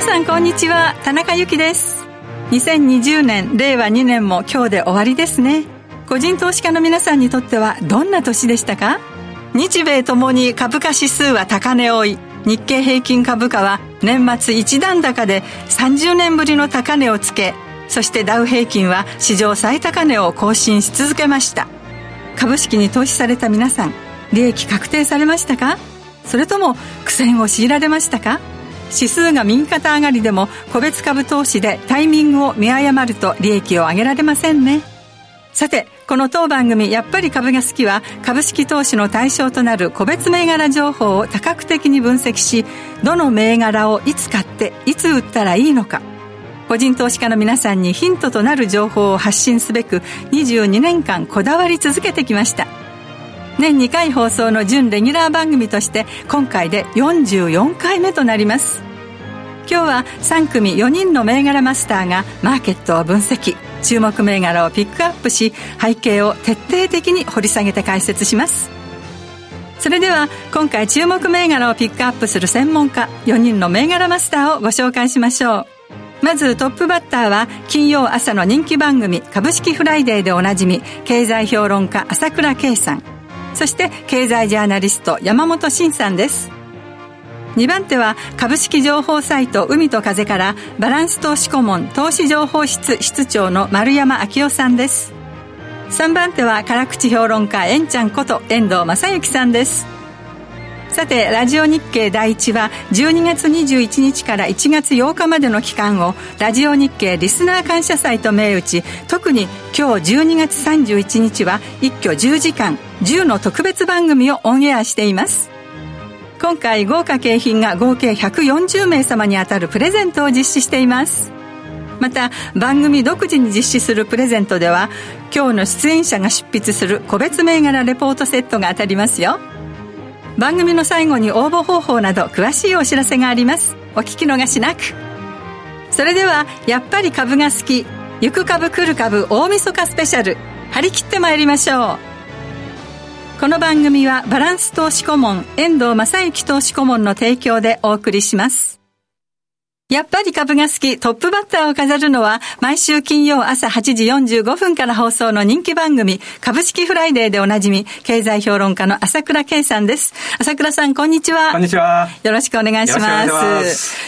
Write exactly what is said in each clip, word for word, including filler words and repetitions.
皆さんこんにちは、田中由紀です。にせんにじゅうねんれいわにねんも今日で終わりですね。個人投資家の皆さんにとってはどんな年でしたか？日米ともに株価指数は高値を追い、日経平均株価は年末一段高でさんじゅうねんぶりの高値をつけ、そしてダウ平均は史上最高値を更新し続けました。株式に投資された皆さん、利益確定されましたか？それとも苦戦を強いられましたか？指数が右肩上がりでも個別株投資でタイミングを見誤ると利益を上げられませんね。さて、この当番組やっぱり株が好きは、株式投資の対象となる個別銘柄情報を多角的に分析し、どの銘柄をいつ買っていつ売ったらいいのか、個人投資家の皆さんにヒントとなる情報を発信すべくにじゅうにねんかんこだわり続けてきました。年にかい放送の準レギュラー番組として今回でよんじゅうよんかいめとなります。今日はさん組よにんの銘柄マスターがマーケットを分析、注目銘柄をピックアップし、背景を徹底的に掘り下げて解説します。それでは今回注目銘柄をピックアップする専門家よにんの銘柄マスターをご紹介しましょう。まずトップバッターは金曜朝の人気番組株式フライデーでおなじみ、経済評論家朝倉圭さん、そして経済ジャーナリスト山本慎さんです。にばん手は株式情報サイト海と風からバランス投資顧問投資情報室室長の丸山昭夫さんです。さんばん手は辛口評論家えんちゃんこと遠藤正幸さんです。さて、ラジオ日経第一はじゅうにがつにじゅういちにちからいちがつようかまでの期間をラジオ日経リスナー感謝祭と銘打ち、特に今日じゅうにがつさんじゅういちにちは一挙じゅうじかんじゅうの特別番組をオンエアしています。今回豪華景品が合計ひゃくよんじゅうめいさまに当たるプレゼントを実施しています。また番組独自に実施するプレゼントでは、今日の出演者が執筆する個別銘柄レポートセットが当たりますよ。番組の最後に応募方法など詳しいお知らせがあります。お聞き逃しなく。それではやっぱり株が好き、行く株来る株大晦日スペシャル、張り切ってまいりましょう。この番組はバランス投資顧問遠藤正幸投資顧問の提供でお送りします。やっぱり株が好き、トップバッターを飾るのは毎週金曜朝はちじよんじゅうごふんから放送の人気番組株式フライデーでおなじみ、経済評論家の朝倉圭さんです。朝倉さん、こんにちは。 こんにちは。 よろしくお願いします。 よろしくお願いします。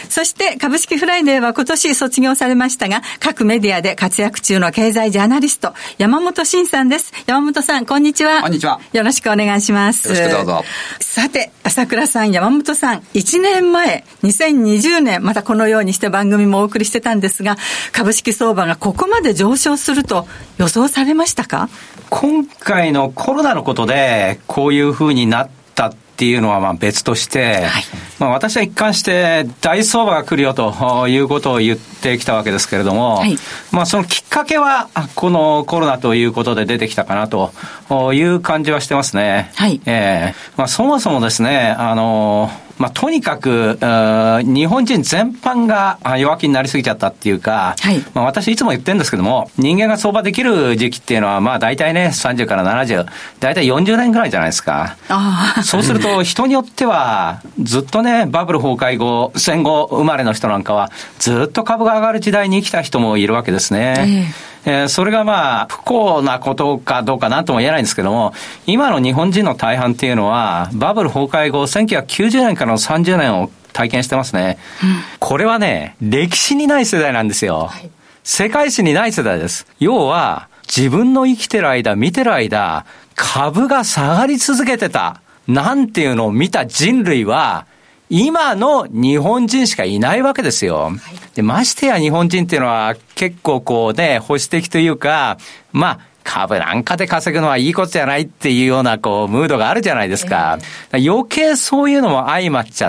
そして株式フライデーは今年卒業されましたが、各メディアで活躍中の経済ジャーナリスト山本慎さんです。山本さん、こんにちは。 こんにちは。 よろしくお願いします。 よろしくどうぞ。 さて、朝倉さん、山本さん、いちねんまえにせんにじゅうねん、またこのようにして番組もお送りしてたんですが、株式相場がここまで上昇すると予想されましたか？ 今回のコロナのことでこういう風になったっていうのはまあ別として、はい、まあ、私は一貫して大相場が来るよということを言ってきたわけですけれども、はい、まあそのきっかけはこのコロナということで出てきたかなという感じはしてますね。はい、えー、まあそもそもですね、あのまあ、とにかく日本人全般が弱気になりすぎちゃったっていうか、はい、まあ、私いつも言ってるんですけども、人間が相場できる時期っていうのはまあ大体ねさんじゅうからななじゅう、大体よんじゅうねんぐらいじゃないですか。あ、そうすると人によってはずっとね、バブル崩壊後戦後生まれの人なんかはずっと株が上がる時代に生きた人もいるわけですね。えーえー、それがまあ不幸なことかどうかなんとも言えないんですけども、今の日本人の大半っていうのはバブル崩壊後せんきゅうひゃくきゅうじゅうねんからのさんじゅうねんを体験してますね。うん、これはね、歴史にない世代なんですよ。はい、世界史にない世代です。要は自分の生きてる間、見てる間、株が下がり続けてたなんていうのを見た人類は今の日本人しかいないわけですよ。で、ましてや日本人っていうのは結構こうね、保守的というか、まあ株なんかで稼ぐのはいいことじゃないっていうようなこうムードがあるじゃないですか。えー、余計そういうのも相まっちゃって、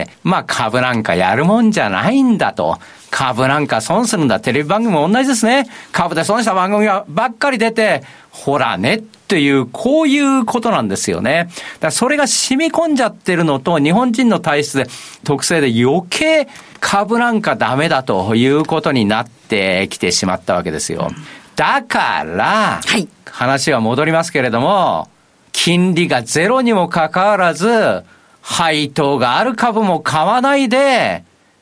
まあ株なんかやるもんじゃないんだと。株なんか損するんだ。テレビ番組も同じですね。株で損した番組がばっかり出て、ほらねっていう、こういうことなんですよね。だからそれが染み込んじゃってるのと、日本人の体質で、特性で余計株なんかダメだということになってきてしまったわけですよ。だから、はい、話は戻りますけれども、金利がゼロにもかかわらず、配当がある株も買わないで、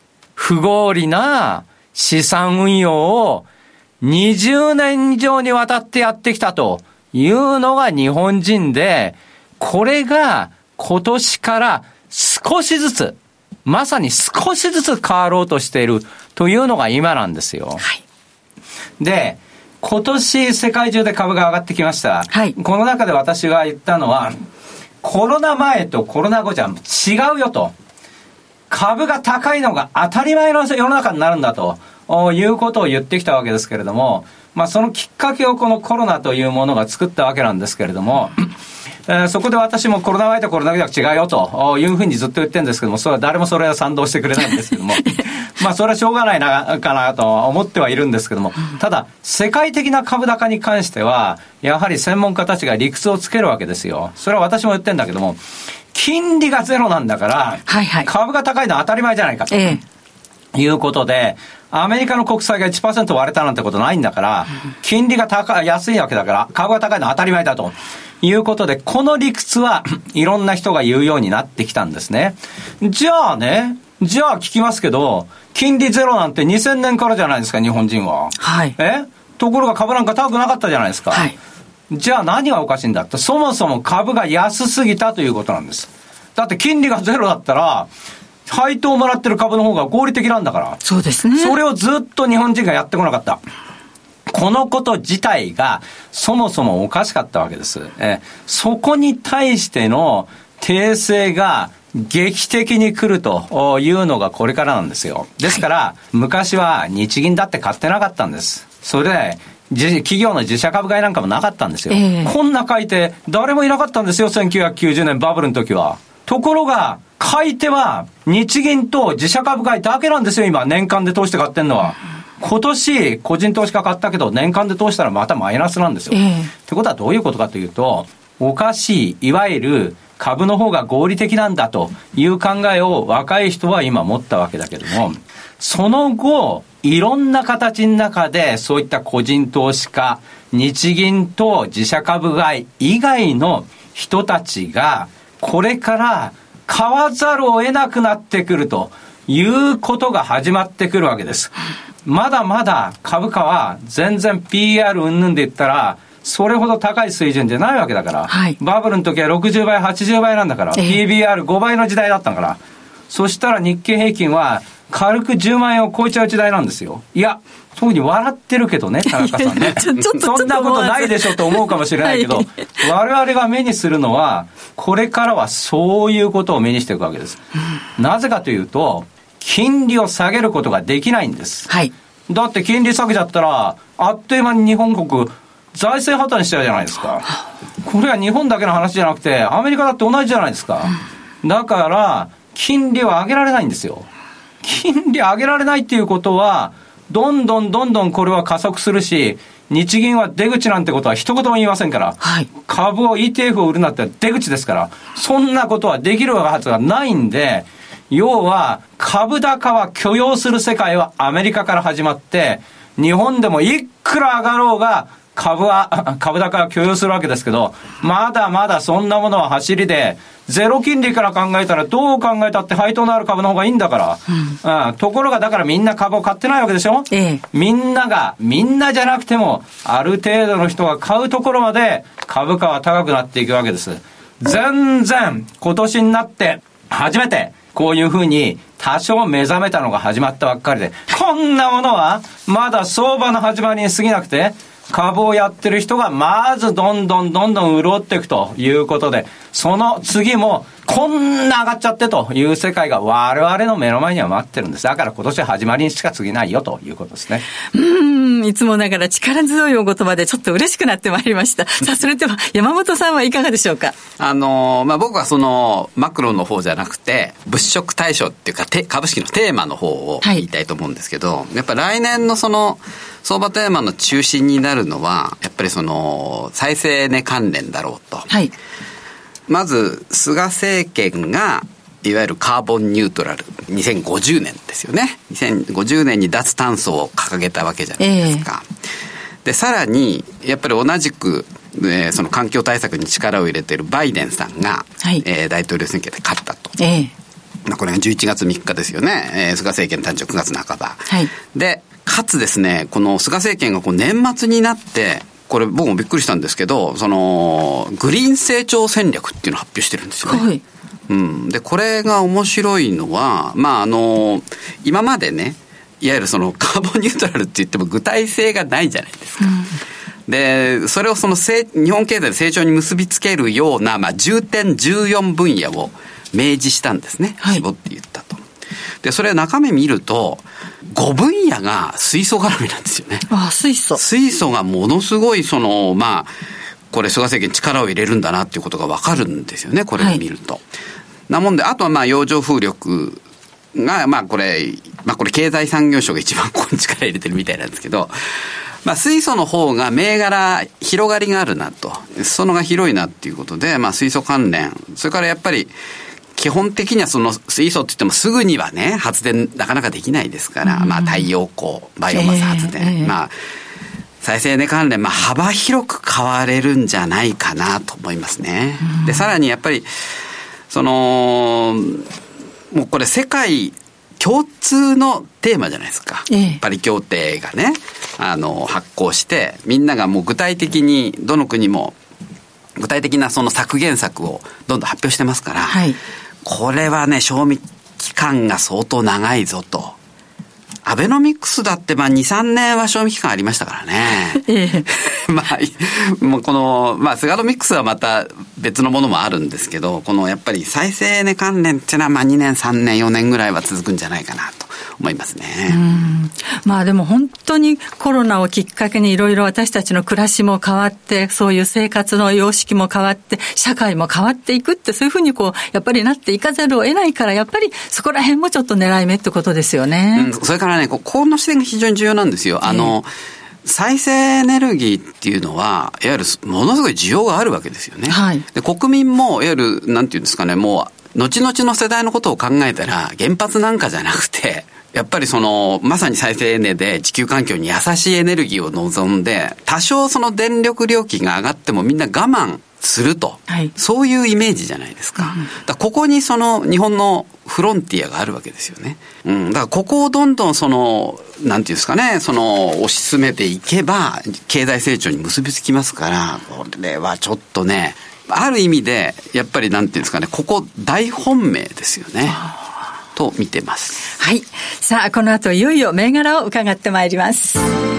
不合理な資産運用をにじゅうねん以上にわたってやってきたというのが日本人で、これが今年から少しずつ、まさに少しずつ変わろうとしているというのが今なんですよ。はい、で、今年世界中で株が上がってきました。はい、この中で私が言ったのは、コロナ前とコロナ後じゃ違うよと。株が高いのが当たり前の世の中になるんだということを言ってきたわけですけれども、まあそのきっかけをこのコロナというものが作ったわけなんですけれども、えー、そこで私もコロナ前とコロナ後じゃ違うよというふうにずっと言ってるんですけども、それは誰もそれは賛同してくれないんですけどもまあそれはしょうがないなかなと思ってはいるんですけども、ただ世界的な株高に関してはやはり専門家たちが理屈をつけるわけですよ。それは私も言ってるんだけども、金利がゼロなんだから、はいはい、株が高いのは当たり前じゃないかと、ええ、いうことで、アメリカの国債が いちパーセント 割れたなんてことないんだから、金利が高い、安いわけだから、株が高いのは当たり前だということで、この理屈はいろんな人が言うようになってきたんですね。じゃあね、じゃあ聞きますけど、金利ゼロなんてにせんねんからじゃないですか、日本人は。はい。えところが株なんか高くなかったじゃないですか。はい。じゃあ何がおかしいんだって、そもそも株が安すぎたということなんです。だって金利がゼロだったら、配当をもらってる株の方が合理的なんだから。 そうですね。 それをずっと日本人がやってこなかった。このこと自体がそもそもおかしかったわけです。えそこに対しての訂正が劇的に来るというのがこれからなんですよ。ですから、はい、昔は日銀だって買ってなかったんです。それで企業の自社株買いなんかもなかったんですよ、えー、こんな買い手誰もいなかったんですよ、せんきゅうひゃくきゅうじゅうねんバブルの時は。ところが買い手は日銀と自社株買いだけなんですよ。今年間で通して買ってんのは。今年個人投資家買ったけど年間で通したらまたマイナスなんですよ、えー、ってことはどういうことかというと、おかしい、いわゆる株の方が合理的なんだという考えを若い人は今持ったわけだけども、その後いろんな形の中でそういった個人投資家、日銀と自社株買い以外の人たちがこれから買わざるを得なくなってくるということが始まってくるわけです。まだまだ株価は全然 ピーアール 云々で言ったらそれほど高い水準じゃないわけだから、はい、バブルの時はろくじゅうばいはちじゅうばいなんだから、えー、ピービーアールご 倍の時代だったから、そしたら日経平均は軽くじゅうまんえんを超えちゃう時代なんですよ。いや、そういうふうに笑ってるけどね、田中さんねそんなことないでしょと思うかもしれないけど、はい、我々が目にするのはこれからはそういうことを目にしていくわけです、うん、なぜかというと金利を下げることができないんです、はい、だって金利下げちゃったらあっという間に日本国財政破綻しちゃうじゃないですか。これは日本だけの話じゃなくてアメリカだって同じじゃないですか。だから金利は上げられないんですよ。金利上げられないっていうことはどんどんどんどんこれは加速するし、日銀は出口なんてことは一言も言いませんから、はい、株を イーティーエフ を売るなって出口ですから、そんなことはできるはずがないんで、要は株高は許容する世界はアメリカから始まって、日本でもいくら上がろうが株は株高は許容するわけですけど、まだまだそんなものは走りで、ゼロ金利から考えたらどう考えたって配当のある株の方がいいんだから、うんうん、ところがだからみんな株を買ってないわけでしょ、ええ、みんながみんなじゃなくてもある程度の人が買うところまで株価は高くなっていくわけです。全然今年になって初めてこういうふうに多少目覚めたのが始まったばっかりで、こんなものはまだ相場の始まりに過ぎなくて、株をやってる人がまずどんどんどんどん潤っていくということで、その次もこんな上がっちゃってという世界が我々の目の前には待ってるんです。だから今年は始まりにしか過ぎないよということですね。 うーん、いつもながら力強いお言葉でちょっと嬉しくなってまいりました。さあ、それでは山本さんはいかがでしょうか。 あの、まあ、僕はそのマクロの方じゃなくて物色対象っていうか株式のテーマの方を言いたいと思うんですけど、はい、やっぱ来年のその相場テーマの中心になるのはやっぱりその再生値関連だろうと、はい、まず菅政権がいわゆるカーボンニュートラルにせんごじゅうねんですよね。にせんごじゅうねんに脱炭素を掲げたわけじゃないですか、えー、でさらにやっぱり同じく、えー、その環境対策に力を入れているバイデンさんが、はい、えー、大統領選挙で勝ったと、えーこれがじゅういちがつみっかですよね、えー、菅政権誕生くがつなかば、 はい、 でかつですね、この菅政権がこう年末になってこれ僕もびっくりしたんですけど、そのグリーン成長戦略っていうのを発表してるんですよね、はい、うん、でこれが面白いのは、まああの今までね、いわゆるそのカーボンニュートラルって言っても具体性がないじゃないですか、うん、でそれをその日本経済の成長に結びつけるような、まあ、重点じゅうよんぶんやを明示したんですね、はい、絞って言ったと。でそれ中身見るとごぶんやが水素絡みなんですよね。 ああ、水素水素がものすごいそのまあこれ菅政権力を入れるんだなっていうことが分かるんですよね、これを見ると、はい、なもんであとはまあ洋上風力がまあこれまあこれ経済産業省が一番ここに力入れてるみたいなんですけど、まあ水素の方が銘柄広がりがあるなと、裾野が広いなっていうことで、まあ水素関連、それからやっぱり基本的にはその水素って言ってもすぐにはね発電なかなかできないですから、うん、まあ太陽光バイオマス発電、えーえー、まあ再生エネ関連、まあ幅広く買われるんじゃないかなと思いますね、うん、でさらにやっぱりそのもうこれ世界共通のテーマじゃないですか、えー、パリ協定がねあの発行してみんながもう具体的にどの国も具体的なその削減策をどんどん発表してますから、はい、これはね賞味期間が相当長いぞと。アベノミクスだってまあに、さんねんは賞味期間ありましたからね、ええ、まあもうこのまあ菅ノミクスはまた別のものもあるんですけど、このやっぱり再生エネ関連っていうのはまあにねんさんねんよねんぐらいは続くんじゃないかなと思いますね。 うん、まあでも本当にコロナをきっかけにいろいろ私たちの暮らしも変わって、そういう生活の様式も変わって、社会も変わっていくって、そういうふうにこうやっぱりなっていかざるを得ないから、やっぱりそこら辺もちょっと狙い目ってことですよね。 うん、それからね、ここの視点が非常に重要なんですよ。あの、えー、再生エネルギーっていうのは、いわゆるものすごい需要があるわけですよね。はい、で国民もいわゆるなんていうんですかね、もう後々の世代のことを考えたら原発なんかじゃなくて、やっぱりそのまさに再生エネで地球環境に優しいエネルギーを望んで、多少その電力料金が上がってもみんな我慢すると、はい、そういうイメージじゃないですか。うん、だからここにその日本のフロンティアがあるわけですよね。うん、だからここをどんどんそのなんていうんですかね、その推し進めていけば経済成長に結びつきますから、これはちょっとね、ある意味でやっぱりなんていうんですかね、ここ大本命ですよね。と見てます。 はい。さあこの後いよいよ銘柄を伺ってまいります。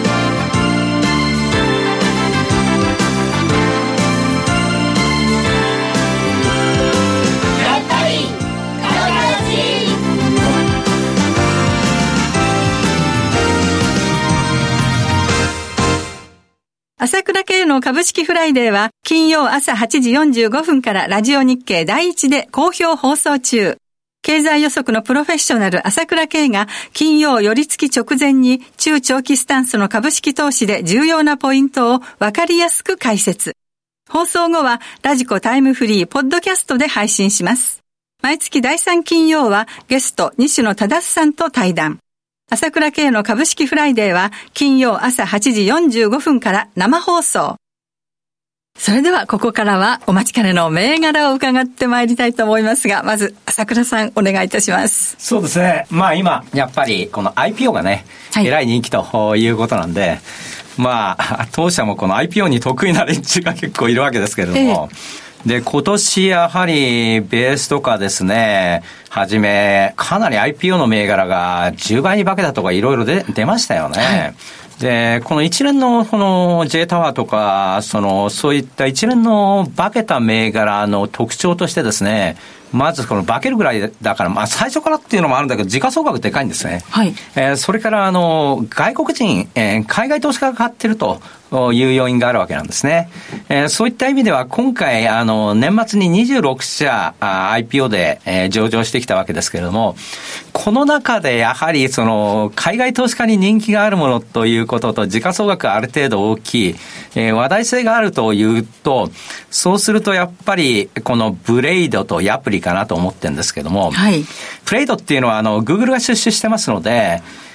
朝倉慶の株式フライデーは金曜朝はちじよんじゅうごふんからラジオ日経第一で好評放送中。経済予測のプロフェッショナル朝倉慶が金曜寄り付き直前に中長期スタンスの株式投資で重要なポイントをわかりやすく解説。放送後はラジコタイムフリーポッドキャストで配信します。毎月だいさん金曜はゲスト西野忠さんと対談。朝倉慶の株式フライデーは金曜朝はちじよんじゅうごふんから生放送。それではここからはお待ちかねの銘柄を伺ってまいりたいと思いますが、まず朝倉さんお願いいたします。 そうですね、まあ今やっぱりこの アイピーオー がね、はい、えらい人気ということなんで、まあ当社もこの アイピーオー に得意な連中が結構いるわけですけれども、ええ、で今年やはりベースとかですねはじめかなり アイピーオー の銘柄がじゅうばいに化けたとかいろいろ出ましたよね。はい、でこの一連のこの J タワーとかそのそういった一連の化けた銘柄の特徴としてですね、まずこの化けるぐらいだから、まあ最初からっていうのもあるんだけど時価総額でかいんですね。はい。えー、それからあの外国人、えー、海外投資家が買ってるという要因があるわけなんですね。えー、そういった意味では今回あの年末ににじゅうろくしゃ アイピーオー で、えー、上場してきたわけですけれども、この中でやはりその海外投資家に人気があるものということと時価総額がある程度大きい、えー、話題性があるというと、そうするとやっぱりこのブレイドとヤプリかなと思ってるんですけども、はい、プレイドっていうのはあの Google が出資してますので、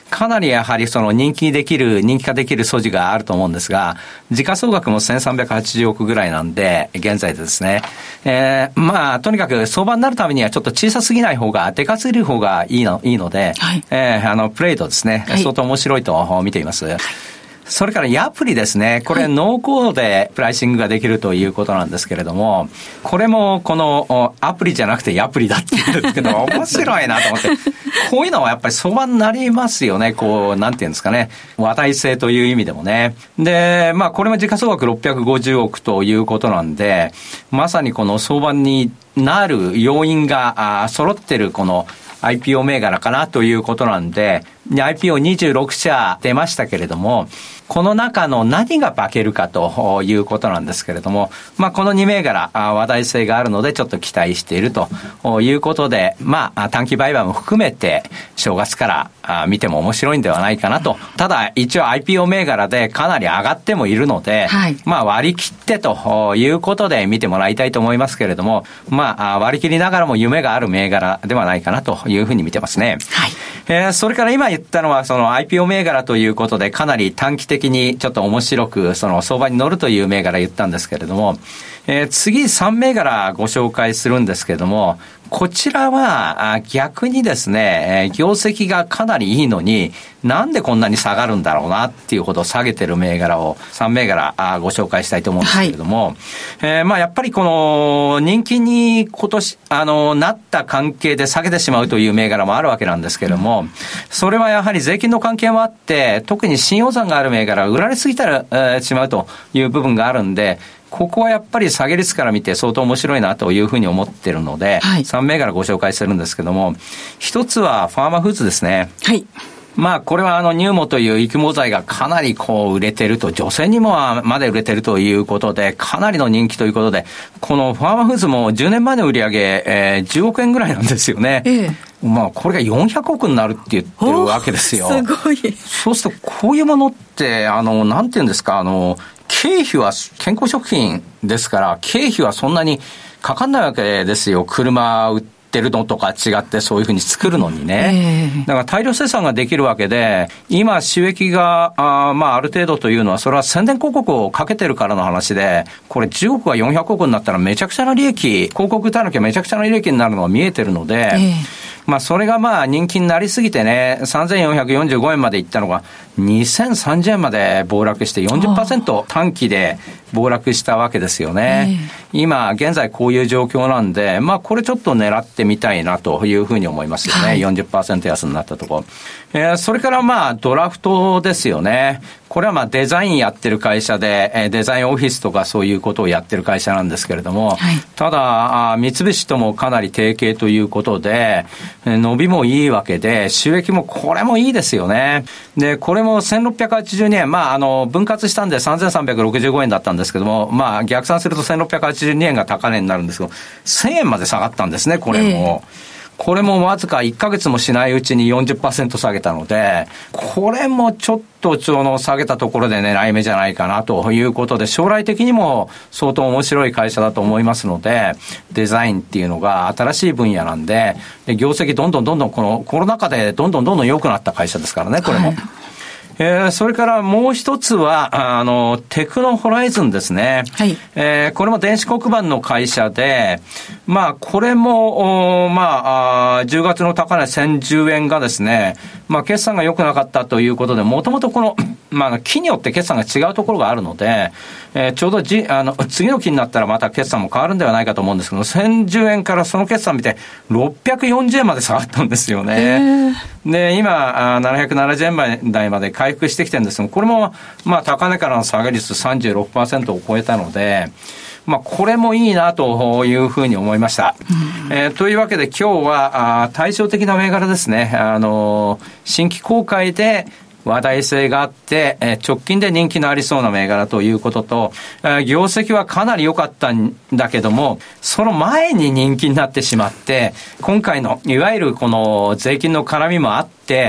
かなりやはりその人気できる、人気化できる素地があると思うんですが、時価総額もせんさんびゃくはちじゅうおくぐらいなんで、現在でですね。えー、まあ、とにかく相場になるためにはちょっと小さすぎない方が、でかすぎる方がいいの、いいので、はい、えー、あの、プレイドですね、はい、相当面白いと見ています。はい、それからヤプリですね。これノーコードでプライシングができるということなんですけれども、これもこのアプリじゃなくてヤプリだって言うんですけど、面白いなと思って。こういうのはやっぱり相場になりますよね。こう、なんていうんですかね。話題性という意味でもね。で、まあこれも時価総額ろっぴゃくごじゅうおくということなんで、まさにこの相場になる要因が揃ってるこのアイピーオー 銘柄かなということなんで、アイピーオーにじゅうろくしゃ出ましたけれども、この中の何が化けるかということなんですけれども、まあこのに銘柄話題性があるのでちょっと期待しているということで、まあ短期売買も含めて正月から見ても面白いんではないかなと。ただ一応 アイピーオー 銘柄でかなり上がってもいるので、はい、まあ割り切ってということで見てもらいたいと思いますけれども、まあ割り切りながらも夢がある銘柄ではないかなというふうに見てますね。はい、えー、それから今言ったのはその アイピーオー 銘柄ということでかなり短期的にちょっと面白くその相場に乗るという銘柄言ったんですけれども、えー、次さん銘柄ご紹介するんですけれども、こちらは逆にですね、業績がかなりいいのになんでこんなに下がるんだろうなっていうほど下げてる銘柄をさん銘柄ご紹介したいと思うんですけれども、はい、えー、まあやっぱりこの人気に今年あのなった関係で下げてしまうという銘柄もあるわけなんですけれども、それはやはり税金の関係もあって特に信用残がある銘柄が売られすぎたら、えー、しまうという部分があるんで、ここはやっぱり下げ率から見て相当面白いなというふうに思ってるので、はい、さん銘柄ご紹介するんですけども、一つはファーマフーズですね。はい。まあこれはあのニューモという育毛剤がかなりこう売れてると、女性にもまで売れてるということでかなりの人気ということで、このファーマフーズもじゅうねんまえの売り上げ、えー、じゅうおくえんぐらいなんですよね。ええ、まあこれがよんひゃくおくになるって言ってるわけですよ。 すごい。 そうするとこういうものってあのなんていうんですか、あの経費は健康食品ですから経費はそんなにかかんないわけですよ。車売ってるのとか違ってそういうふうに作るのにね、えー、だから大量生産ができるわけで、今収益が あ,、まあ、ある程度というのはそれは宣伝広告をかけてるからの話で、これじゅうおくがよんひゃくおくになったらめちゃくちゃな利益、広告打たなきゃめちゃくちゃな利益になるのが見えてるので、えーまあそれがまあ人気になりすぎてね、さんぜんよんひゃくよんじゅうごえんまでいったのがにせんさんじゅうえんまで暴落して よんじゅっパーセント 短期で暴落したわけですよね。えー、今現在こういう状況なんで、まあこれちょっと狙ってみたいなというふうに思いますよね。はい、よんじゅっパーセント 安になったところ。えー、それからまあドラフトですよね。これはまあデザインやってる会社で、デザインオフィスとかそういうことをやってる会社なんですけれども、はい、ただ三菱ともかなり提携ということで伸びもいいわけで、収益もこれもいいですよね。でこれもせんろっぴゃくはちじゅうにえん、まああの分割したんでさんぜんさんびゃくろくじゅうごえんだったんですけども、まあ逆算するとせんろっぴゃくはちじゅうにえんが高値になるんですけど、せんえんまで下がったんですね、これも。えーこれもわずかいっかげつもしないうちに よんじゅっパーセント 下げたので、これもちょっとその下げたところで狙い目じゃないかなということで、将来的にも相当面白い会社だと思いますので、デザインっていうのが新しい分野なんで、で業績どんどんどんどんこのコロナ禍でどんどんどんどん良くなった会社ですからね、これも。はい、えー、それからもう一つはあのテクノホライズンですね。はい、えー、これも電子黒板の会社で、まあこれもまあ、あじゅうがつの高値せんじゅうえんがですね、まあ決算が良くなかったということで、もともとこのまあ期によって決算が違うところがあるので、えー、ちょうどじあの次の期になったらまた決算も変わるんではないかと思うんですけど、せんじゅうえんからその決算見てろっぴゃくよんじゅうえんまで下がったんですよね。で今ななひゃくななじゅうえん台まで回復してきてるんですが、これもまあ高値からの下げ率 さんじゅうろくパーセント を超えたので、まあこれもいいなというふうに思いました。うん、えー、というわけで今日はあ対照的な銘柄ですね。あの新規公開で話題性があって、えー、直近で人気のありそうな銘柄ということと、えー、業績はかなり良かったんだけども、その前に人気になってしまって、今回のいわゆるこの税金の絡みもあって、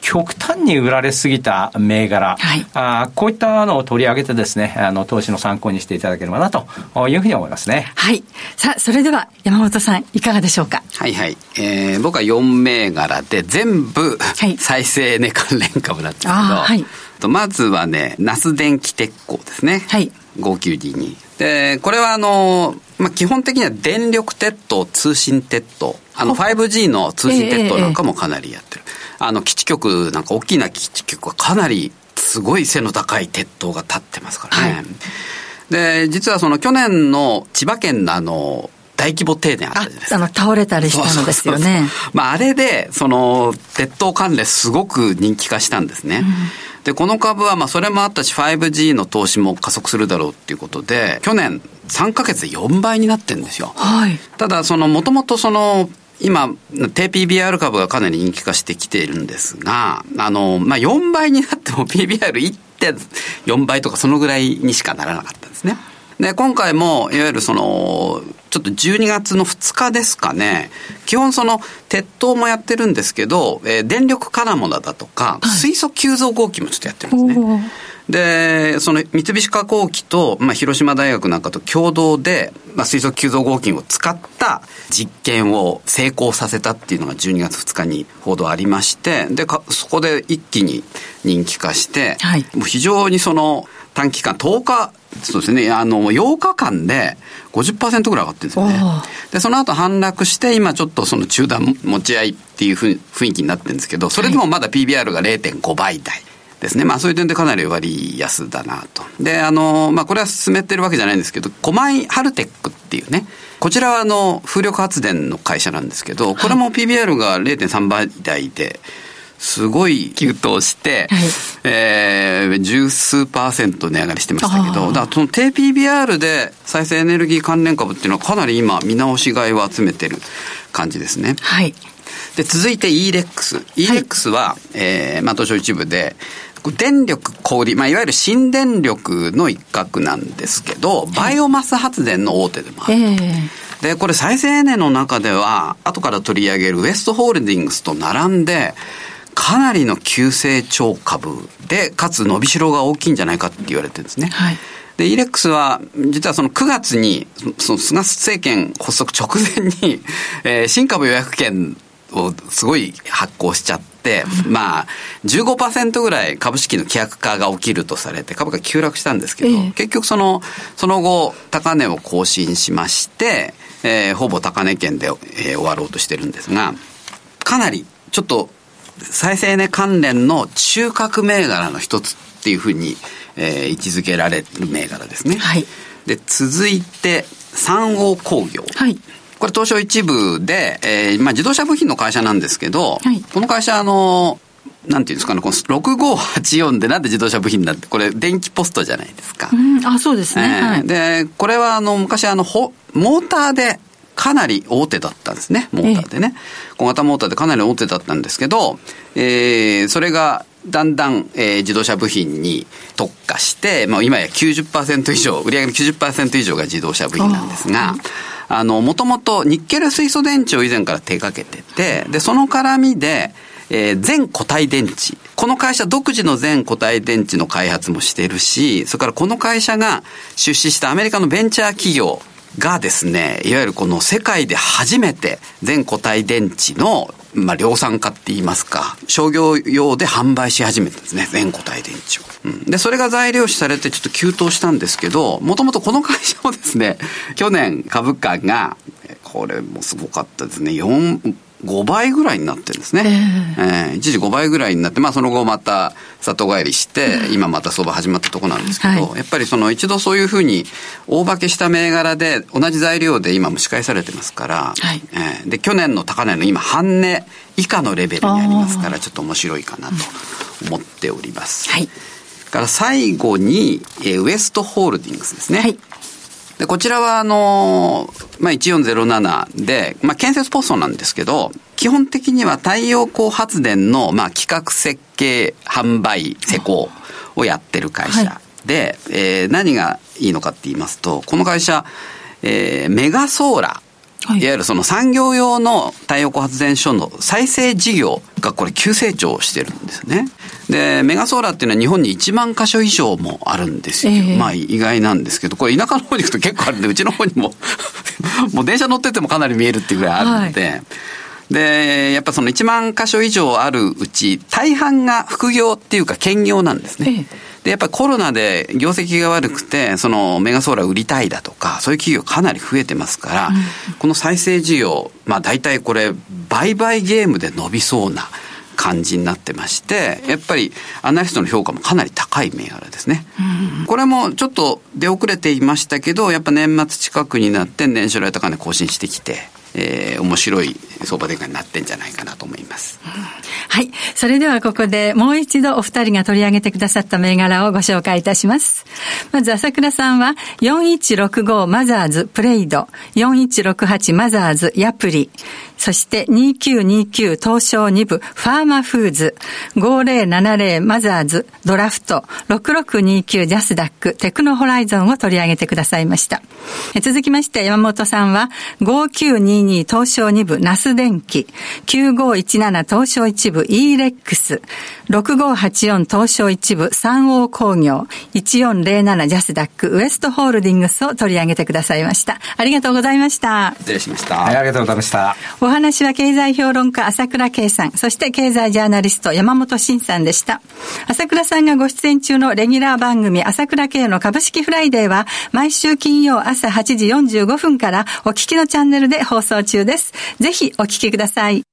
極端に売られすぎた銘柄、はい、あこういったのを取り上げてですね、あの投資の参考にしていただければなというふうに思いますね。 はい。さあ、それでは山本さんいかがでしょうか。 はいはい。えー、僕はよん銘柄で全部、はい、再生値関連株なんですけど、はい、まずはね、那須電機鉄鋼ですね。はい。ごきゅうにに。で、これはあの、まあ、基本的には電力鉄塔、通信鉄塔、あの ファイブジー の通信鉄塔なんかもかなりやってる。えーえー、あの基地局なんか大きな基地局はかなりすごい背の高い鉄塔が立ってますからね。はい、で、実はその去年の千葉県のあの大規模停電あったじゃないですか。 あ、あの倒れたりしたのですよね。そうそうそう、 まあ、あれでその鉄塔関連すごく人気化したんですね。うん、でこの株はまあそれもあったし ファイブジー の投資も加速するだろうっていうことで去年さんかげつでよんばいになってるんですよ。はい、ただそのもともとその今低 ピービーアール 株がかなり人気化してきているんですが、あのまあよんばいになっても ピービーアールいってんよん 倍とかそのぐらいにしかならなかったんですね。で今回もいわゆるそのちょっとじゅうにがつのふつかですかね、基本その鉄塔もやってるんですけど、えー、電力金物だとか、はい、水素吸蔵合金もちょっとやってるんですね。でその三菱化工機と、まあ、広島大学なんかと共同で、まあ、水素吸蔵合金を使った実験を成功させたっていうのがじゅうにがつふつかに報道ありまして、でそこで一気に人気化して、はい、もう非常にその短期間とおかそうですね、あのようかかんで ごじゅっパーセント ぐらい上がってるんですよね。でその後反落して今ちょっとその中段持ち合いっていう雰囲気になってるんですけど、それでもまだ ピービーアール が れいてんごばい台ですね。まあそういう点でかなり割安だなと。であのまあこれは進めてるわけじゃないんですけど、狛江ハルテックっていうね、こちらはあの風力発電の会社なんですけど、これも ピービーアール が れいてんさんばい台ですごい急騰して、はい、えー、十数パーセント値上がりしてましたけど、だからその低 ピービーアール で再生エネルギー関連株っていうのはかなり今見直し買いを集めてる感じですね。はい。で続いて イーレックス。イーレックス は、はい、えー、まあ東証一部で電力小売、まあ、いわゆる新電力の一角なんですけど、バイオマス発電の大手でもある。えーでこれ再生エネの中では後から取り上げるウエストホールディングスと並んでかなりの急成長株でかつ伸びしろが大きいんじゃないかって言われてるんですね。はい、で イーレックス は実はそのくがつにその菅政権発足直前に、えー、新株予約権をすごい発行しちゃって、うん、まあ じゅうごパーセント ぐらい株式の希薄化が起きるとされて株価急落したんですけど、えー、結局そのその後高値を更新しまして、えー、ほぼ高値圏で、えー、終わろうとしてるんですが、かなりちょっと再生エネ関連の中核銘柄の一つっていうふうに、えー、位置づけられる銘柄ですね。はい、で続いて三王工業。はい、これ東証一部で、えーまあ、自動車部品の会社なんですけど、はい、この会社あのなんていうんですかね、このろくごはちよんでなんで自動車部品だって、これ電気ポストじゃないですか。 うん、あ、そうですね。えーはい、 でこれはあの昔あのモーターでかなり大手だったんですね。モーターでね、えー、小型モーターでかなり大手だったんですけど、えー、それがだんだん、えー、自動車部品に特化して、まあ、今や きゅうじゅっパーセント 以上、売上の きゅうじゅっパーセント 以上が自動車部品なんですが、あのもともとニッケル水素電池を以前から手掛けてて、でその絡みでえー、全固体電池。この会社独自の全固体電池の開発もしているし、それからこの会社が出資したアメリカのベンチャー企業がですね、いわゆるこの世界で初めて全固体電池の、まあ、量産化って言いますか、商業用で販売し始めたんですね、全固体電池を。うん、で、それが材料視されてちょっと急騰したんですけど、もともとこの会社もですね、去年株価が、これもすごかったですね、よん、ごばいぐらいになってるんですね。えーえー、一時ごばいぐらいになって、まあその後また里帰りして、うん、今また相場始まったとこなんですけど、はい、やっぱりその一度そういうふうに大化けした銘柄で同じ材料で今蒸し返されてますから、はい、えー、で去年の高値の今半値以下のレベルにありますから、ちょっと面白いかなと思っております。はい、から最後に、えー、ウエストホールディングスですね。はい、でこちらはあのーまあ、いちよんゼロななで、まあ、建設ポストなんですけど、基本的には太陽光発電の、まあ、企画設計販売施工をやってる会社で、はい、えー、何がいいのかって言いますと、この会社、えー、メガソーラはい、いわゆるその産業用の太陽光発電所の再生事業がこれ急成長してるんですね。で、メガソーラーっていうのは日本にいちまん箇所以上もあるんですよ。えー、まあ意外なんですけど、これ田舎の方に行くと結構あるんで、うちの方にも、もう電車乗っててもかなり見えるっていうぐらいあるので、はい、で、やっぱそのいちまん箇所以上あるうち、大半が副業っていうか兼業なんですね。えーで、やっぱりコロナで業績が悪くて、そのメガソーラー売りたいだとか、そういう企業かなり増えてますから、うん、この再生事業、まあ大体これ、売買ゲームで伸びそうな感じになってまして、やっぱりアナリストの評価もかなり高い銘柄ですね。うん、これもちょっと出遅れていましたけど、やっぱ年末近くになって年初来高値更新してきて、えー、面白い相場展開になってんじゃないかなと思います。うん、 はい。それではここでもう一度お二人が取り上げてくださった銘柄をご紹介いたします。まず朝倉さんはよんいちろくごマザーズプレイド、よんいちろくはちマザーズヤプリ、そしてにきゅうにきゅう東証に部ファーマフーズ、ごぜろななぜろマザーズドラフト、ろくろくにきゅうジャスダックテクノホライゾンを取り上げてくださいました。え続きまして山本さんはごきゅうにに東証に部ナス電機、きゅうごいちなな東証いち部 イーレックス、ろくごはちよん東証いち部三王工業、いちよんぜろななジャスダックウエストホールディングスを取り上げてくださいました。ありがとうございました。 失礼しました。 はい、ありがとうございました。 お話は経済評論家朝倉圭さん、そして経済ジャーナリスト山本慎さんでした。朝倉さんがご出演中のレギュラー番組朝倉圭の株式フライデーは毎週金曜朝はちじよんじゅうごふんからお聞きのチャンネルで放送中です。ぜひお聞きください。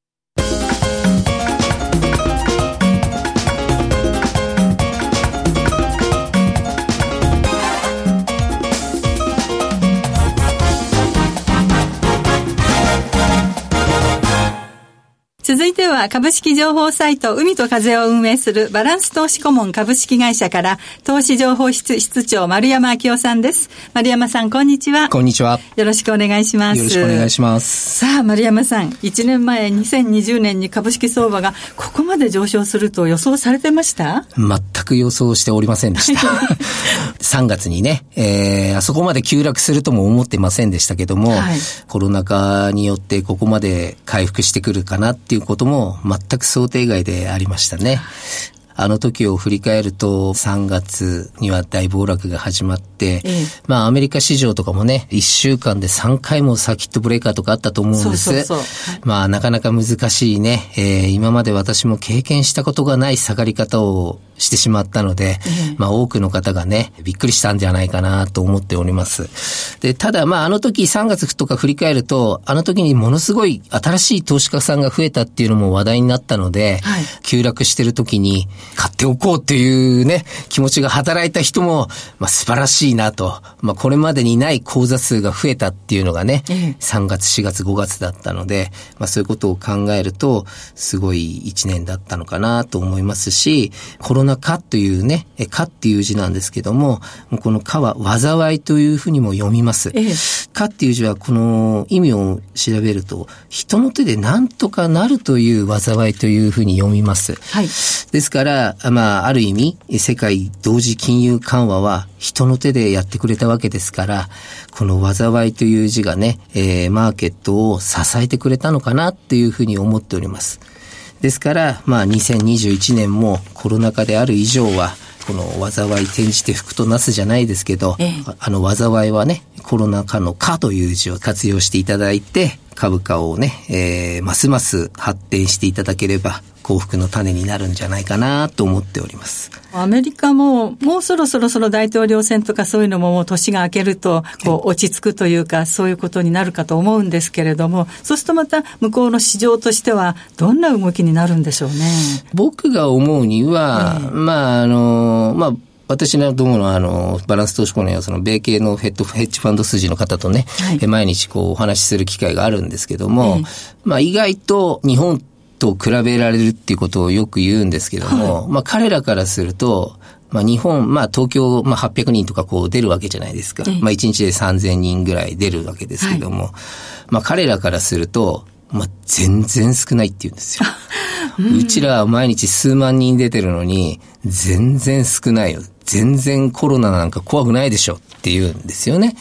続いては株式情報サイト海と風を運営するバランス投資顧問株式会社から投資情報室室長丸山明夫さんです。丸山さんこんにちは。 こんにちは。 よろしくお願いします。 よろしくお願いします。 さあ丸山さん、いちねんまえにせんにじゅうねんに株式相場がここまで上昇すると予想されてました？ 全く予想しておりませんでした。さんがつにね、えー、あそこまで急落するとも思ってませんでしたけども、はい、コロナ禍によってここまで回復してくるかなっていうことも全く想定外でありましたね。あの時を振り返るとさんがつには大暴落が始まって、ええ、まあアメリカ市場とかもねいっしゅうかんでさんかいもサーキットブレーカーとかあったと思うんです。そうそうそう、はい、まあなかなか難しいね、えー、今まで私も経験したことがない下がり方をしてしまったので、ええ、まあ多くの方がねびっくりしたんじゃないかなと思っております。でただまああの時さんがつとか振り返るとあの時にものすごい新しい投資家さんが増えたっていうのも話題になったので、はい、急落してる時に買っておこうというね気持ちが働いた人も、まあ、素晴らしいなと、まあ、これまでにない口座数が増えたっていうのがね、ええ、さんがつしがつごがつだったので、まあ、そういうことを考えるとすごいいちねんだったのかなと思いますし、コロナ禍というね禍っていう字なんですけども、この禍は災いというふうにも読みます。ええ、禍っていう字はこの意味を調べると人の手で何とかなるという災いというふうに読みます。はい、ですからまあ、ある意味、世界同時金融緩和は人の手でやってくれたわけですから、この災いという字がね、えー、マーケットを支えてくれたのかなっていうふうに思っております。ですから、まあ、にせんにじゅういちねんもコロナ禍である以上は、この災い転じて福となすじゃないですけど、ええ、あの災いはね、コロナ禍の禍という字を活用していただいて、株価をね、えー、ますます発展していただければ、幸福の種になるんじゃないかなと思っております。 アメリカももうそろそろその大統領選とかそういうのももう年が明けるとこう落ち着くというかそういうことになるかと思うんですけれども、そうするとまた向こうの市場としてはどんな動きになるんでしょうね。 僕が思うには、えー、まああのまあ私のどうものあのバランス投資顧問やその米系のヘッドヘッジファンド筋の方とね、はい、毎日こうお話しする機会があるんですけども、えー、まあ意外と日本と比べられるっていうことをよく言うんですけども、はい、まあ彼らからすると、まあ日本、まあ東京、まあはっぴゃくにんとかこう出るわけじゃないですか。ええ、まあいちにちでさんぜんにんぐらい出るわけですけども、はい、まあ彼らからすると、まあ全然少ないって言うんですよ。うん、うちらは毎日数万人出てるのに、全然少ないよ。全然コロナなんか怖くないでしょって言うんですよね。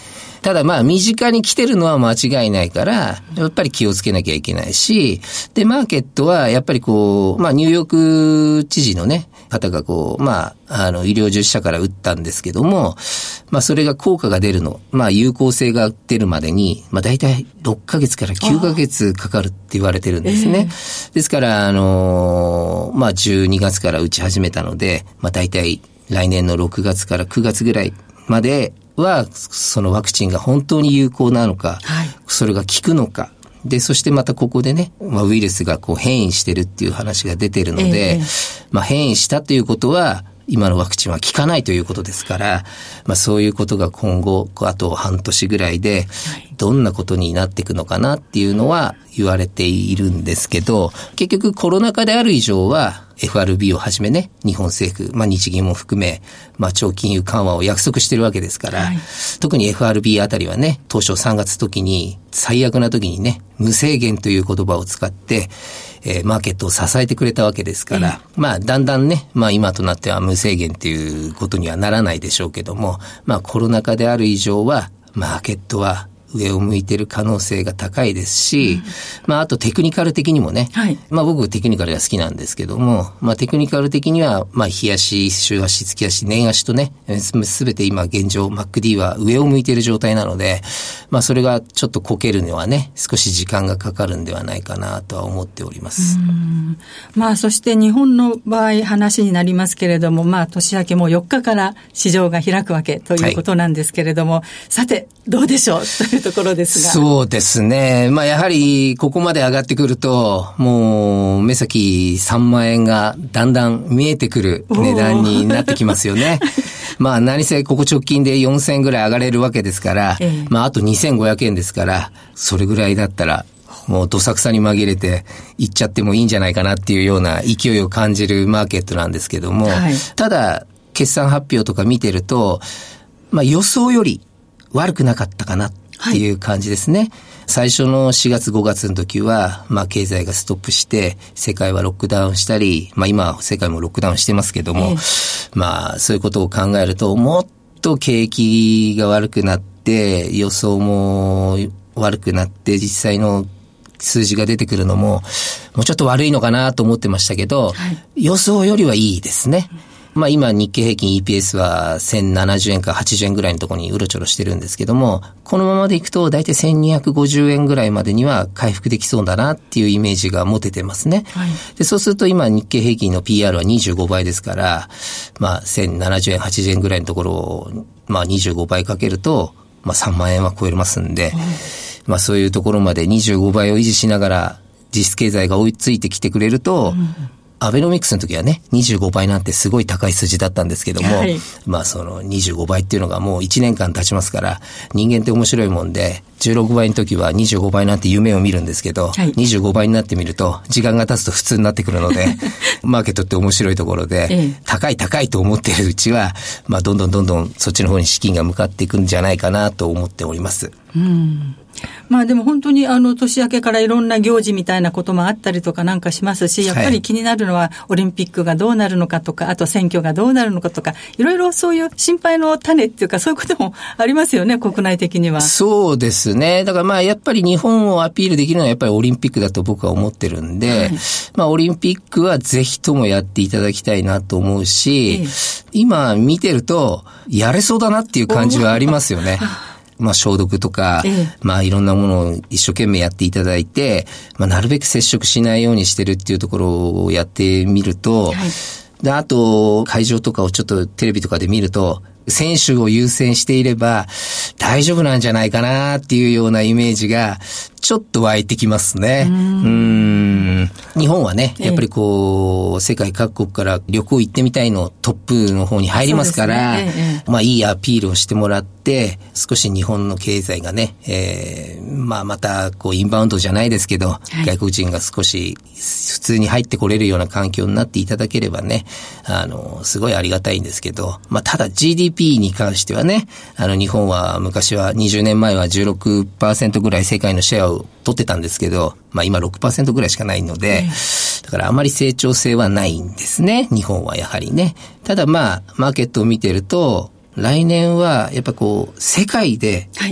ただまあ身近に来てるのは間違いないから、やっぱり気をつけなきゃいけないし、で、マーケットはやっぱりこう、まあニューヨーク知事のね、方がこう、まあ、あの、医療従事者から打ったんですけども、まあそれが効果が出るの、まあ有効性が出るまでに、まあ大体ろっかげつからきゅうかげつかかるって言われてるんですね。えー、ですから、あの、まあじゅうにがつから打ち始めたので、まあ大体来年のろくがつからくがつぐらいまでは、そのワクチンが本当に有効なのか、はい、それが効くのか、で、そしてまたここでね、まあ、ウイルスがこう変異してるっていう話が出てるので、えー、まあ変異したということは、今のワクチンは効かないということですから、まあそういうことが今後、あと半年ぐらいで、どんなことになっていくのかなっていうのは言われているんですけど、結局コロナ禍である以上は、エフアールビー をはじめね、日本政府、まあ日銀も含め、まあ超金融緩和を約束してるわけですから、はい、特に エフアールビー あたりはね、当初さんがつ時に、最悪な時にね、無制限という言葉を使って、えー、マーケットを支えてくれたわけですから、うん、まあだんだんね、まあ今となっては無制限っていうことにはならないでしょうけども、まあコロナ禍である以上は、マーケットは上を向いている可能性が高いですし、うん、まああとテクニカル的にもね、はい、まあ僕テクニカルが好きなんですけども、まあテクニカル的には、まあ日足、週足、月足、年足とね、すべて今現状 マックディー は上を向いている状態なので、まあそれがちょっとこけるのはね、少し時間がかかるんではないかなとは思っております。 うん、まあそして日本の場合話になりますけれども、まあ年明けもよっかから市場が開くわけということなんですけれども、はい、さてどうでしょうというところですが。 そうですね。まあやはりここまで上がってくると、もう目先さんまんえんがだんだん見えてくる値段になってきますよね。まあ何せここ直近でよんせんえんぐらい上がれるわけですから、ええ、まああとにせんごひゃくえんですから、それぐらいだったらもうどさくさに紛れていっちゃってもいいんじゃないかなっていうような勢いを感じるマーケットなんですけども、はい、ただ決算発表とか見てると、まあ予想より悪くなかったかなっていう感じですね。はい、最初のしがつごがつの時は、まあ経済がストップして、世界はロックダウンしたり、まあ今世界もロックダウンしてますけども、えー、まあそういうことを考えると、もっと景気が悪くなって、予想も悪くなって、実際の数字が出てくるのも、もうちょっと悪いのかなと思ってましたけど、はい、予想よりはいいですね。まあ今日経平均 イーピーエス はせんななじゅうえんかはちじゅうえんぐらいのところにうろちょろしてるんですけども、このままでいくとだいたいせんにひゃくごじゅうえんぐらいまでには回復できそうだなっていうイメージが持ててますね。はい、でそうすると今日経平均の ピーアール はにじゅうごばいですから、まあせんななじゅうえんはちじゅうえんぐらいのところをまあにじゅうごばいかけると、まあさんまんえんは超えますんで、はい、まあそういうところまでにじゅうごばいを維持しながら実質経済が追いついてきてくれると、うん、アベノミクスの時はね、にじゅうごばいなんてすごい高い数字だったんですけども、はい、まあそのにじゅうごばいっていうのがもういちねんかん経ちますから、人間って面白いもんで、じゅうろくばいの時はにじゅうごばいなんて夢を見るんですけど、はい、にじゅうごばいになってみると、時間が経つと普通になってくるので、マーケットって面白いところで、ええ、高い高いと思っているうちは、まあどんどんどんどんそっちの方に資金が向かっていくんじゃないかなと思っております。 うん、まあでも本当にあの年明けからいろんな行事みたいなこともあったりとかなんかしますし、やっぱり気になるのはオリンピックがどうなるのかとか、あと選挙がどうなるのかとか、いろいろそういう心配の種っていうかそういうこともありますよね、国内的には。 そうですね。だからまあやっぱり日本をアピールできるのはやっぱりオリンピックだと僕は思ってるんで、はい、まあオリンピックはぜひともやっていただきたいなと思うし、ええ、今見てるとやれそうだなっていう感じはありますよね。まあ消毒とか、ええ、まあいろんなものを一生懸命やっていただいて、まあなるべく接触しないようにしてるっていうところをやってみると、はい、であと会場とかをちょっとテレビとかで見ると、選手を優先していれば大丈夫なんじゃないかなっていうようなイメージがちょっと湧いてきますね。うーん、うーん日本はね、やっぱりこう、世界各国から旅行行ってみたいのトップの方に入りますから、ねええ、まあいいアピールをしてもらって、少し日本の経済がね、えー、まあまたこうインバウンドじゃないですけど、はい、外国人が少し普通に入ってこれるような環境になっていただければね、あの、すごいありがたいんですけど、まあただ ジーディーピー に関してはね、あの日本は昔はにじゅうねんまえは じゅうろくパーセント ぐらい世界のシェアを取ってたんですけど、まあ今 ろくパーセント ぐらいしかないので、だからあまり成長性はないんですね、日本はやはりね。ただまあ、マーケットを見てると、来年はやっぱこう、世界で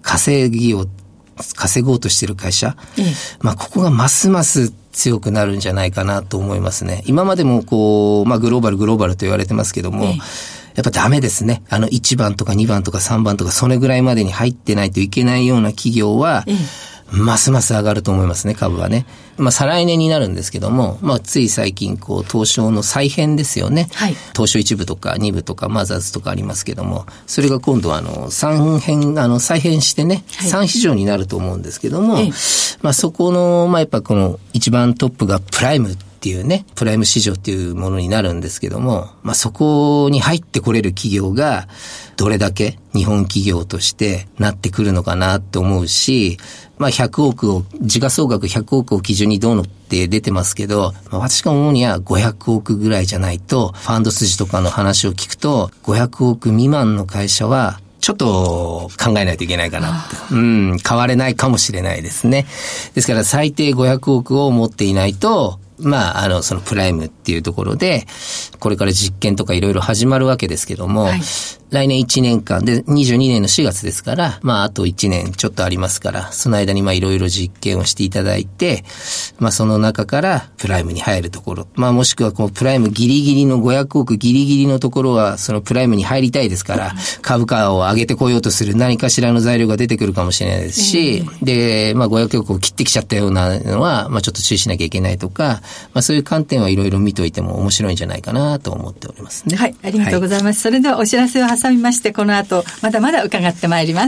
稼ぎを、稼ごうとしている会社、ええ、まあここがますます強くなるんじゃないかなと思いますね。今までもこう、まあグローバルグローバルと言われてますけども、ええ、やっぱダメですね。あのいちばんとかにばんとかさんばんとかそれぐらいまでに入ってないといけないような企業は、ええ、ますます上がると思いますね、株はね。まあ、再来年になるんですけども、まあ、つい最近、こう、東証の再編ですよね。はい。東証一部とか二部とかマザーズとかありますけども、それが今度はあの、三編、あの、再編してね、はい、三市場になると思うんですけども、ええ、まあ、そこの、まあ、やっぱこの一番トップがプライムっていうね、プライム市場っていうものになるんですけども、まあ、そこに入ってこれる企業が、どれだけ日本企業としてなってくるのかなって思うし、まあひゃくおくを、時価総額ひゃくおくを基準にどうのって出てますけど、まあ、私が思うにはごひゃくおくぐらいじゃないと、ファンド筋とかの話を聞くと、ごひゃくおく未満の会社は、ちょっと考えないといけないかなって。うん、変われないかもしれないですね。ですから最低ごひゃくおくを持っていないと、まあ、あの、そのプライムっていうところで、これから実験とかいろいろ始まるわけですけども、はい、来年いちねんかんでにじゅうにねんのしがつですから、まあ、あといちねんちょっとありますから、その間にまあ、いろいろ実験をしていただいて、まあ、その中からプライムに入るところ、まあ、もしくはこのプライムギリギリのごひゃくおくギリギリのところは、そのプライムに入りたいですから、株価を上げてこようとする何かしらの材料が出てくるかもしれないですし、で、まあ、ごひゃくおくを切ってきちゃったようなのは、まあ、ちょっと注意しなきゃいけないとか、まあ、そういう観点はいろいろ見といても面白いんじゃないかなと思っておりますね。 はい、ありがとうございます。はい、それではお知らせを挟みまして、この後まだまだ伺ってまいります。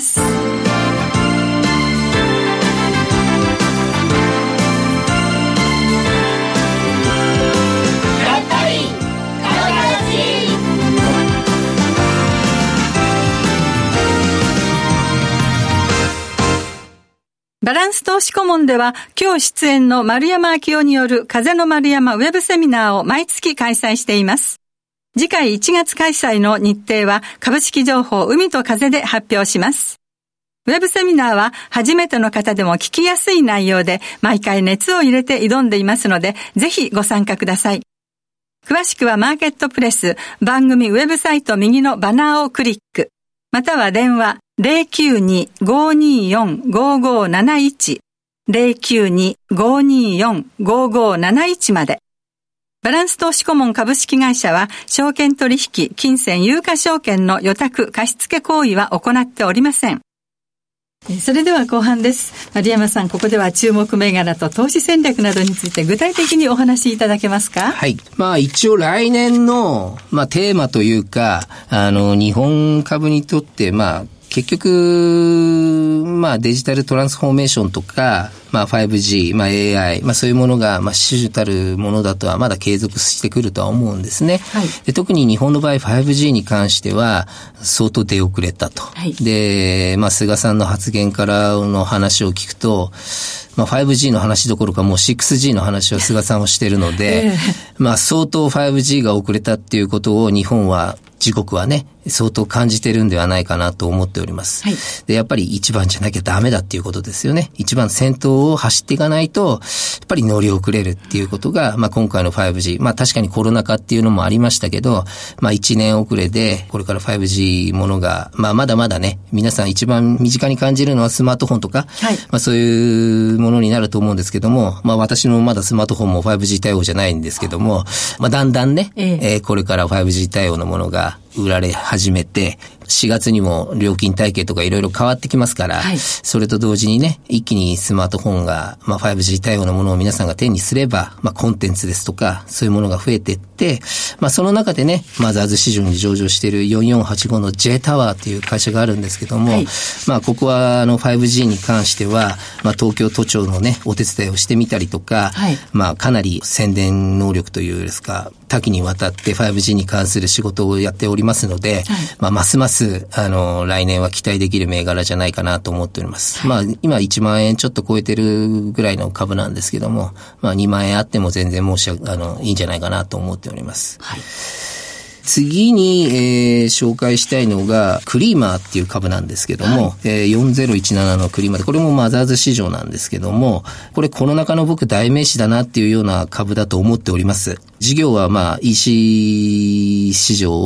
バランス投資顧問では今日出演の丸山明夫による風の丸山ウェブセミナーを毎月開催しています。次回いちがつ開催の日程は株式情報海と風で発表します。ウェブセミナーは初めての方でも聞きやすい内容で毎回熱を入れて挑んでいますのでぜひご参加ください。詳しくはマーケットプレス番組ウェブサイト右のバナーをクリックまたは電話 ゼロきゅうに ごーにーよん ごーごーなないち ゼロきゅうに ごーにーよん ごーごーなないち まで。バランス投資顧問株式会社は証券取引、金銭、有価証券の予託、貸付行為は行っておりません。それでは後半です。丸山さん、ここでは注目銘柄と投資戦略などについて具体的にお話しいただけますか？ はい。まあ一応来年の、まあ、テーマというか、あの、日本株にとって、まあ、結局、まあデジタルトランスフォーメーションとか、まあ ファイブジー、まあ エーアイ、まあそういうものが、まあ主々たるものだとはまだ継続してくるとは思うんですね。はい、で特に日本の場合 ファイブジー に関しては相当出遅れたと。はい、で、まあ菅さんの発言からの話を聞くと、まあ ファイブジー の話どころかもう シックスジー の話を菅さんをしているので、えー、まあ相当 ファイブジー が遅れたっていうことを日本は自国はね、相当感じてるんではないかなと思っております。はい、で、やっぱり一番じゃなきゃダメだっていうことですよね。一番先頭を走っていかないと、やっぱり乗り遅れるっていうことが、まあ今回の ファイブジー、まあ確かにコロナ禍っていうのもありましたけど、まあいちねん遅れで、これから ファイブジー ものが、まあまだまだね、皆さん一番身近に感じるのはスマートフォンとか、はい、まあそういうものになると思うんですけども、まあ私のまだスマートフォンも ファイブジー 対応じゃないんですけども、まあだんだんね、えええー、これから ファイブジー 対応のものが売られ始めて、しがつにも料金体系とかいろいろ変わってきますから、はい、それと同時にね、一気にスマートフォンが、まあ ファイブジー 対応のものを皆さんが手にすれば、まあコンテンツですとか、そういうものが増えていって、まあその中でね、マザーズ市場に上場しているよんよんはちごの J タワーという会社があるんですけども、はい、まあここはあの ファイブジー に関しては、まあ東京都庁のね、お手伝いをしてみたりとか、はい、まあかなり宣伝能力というですか、多岐にわたって ファイブジー に関する仕事をやっておりますので、はい、まあますますあの来年は期待できる銘柄じゃないかなと思っております。はい、まあ今いちまんえんちょっと超えてるぐらいの株なんですけども、まあにまんえんあっても全然申し訳あのいいんじゃないかなと思っております。はい、次に、えー、紹介したいのがクリーマーっていう株なんですけども、はい、えー、よんぜろいちななのクリーマーで、これもマザーズ市場なんですけども、これコロナ禍の僕代名詞だなっていうような株だと思っております。事業はまあ イーシー 市場を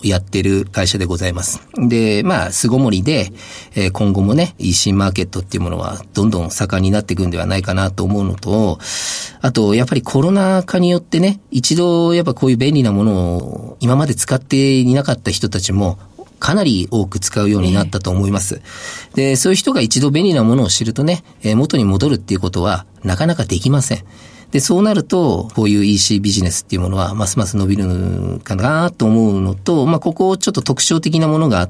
やってる会社でございます。で、まあ、巣ごもりで、えー、今後もね、イーシー マーケットっていうものはどんどん盛んになっていくんではないかなと思うのと、あと、やっぱりコロナ禍によってね、一度やっぱこういう便利なものを今まで使っていなかった人たちも、かなり多く使うようになったと思います。えー、で、そういう人が一度便利なものを知るとね、えー、元に戻るっていうことはなかなかできません。で、そうなると、こういう イーシー ビジネスっていうものはますます伸びるかなと思うのと、まあ、ここちょっと特徴的なものがあって、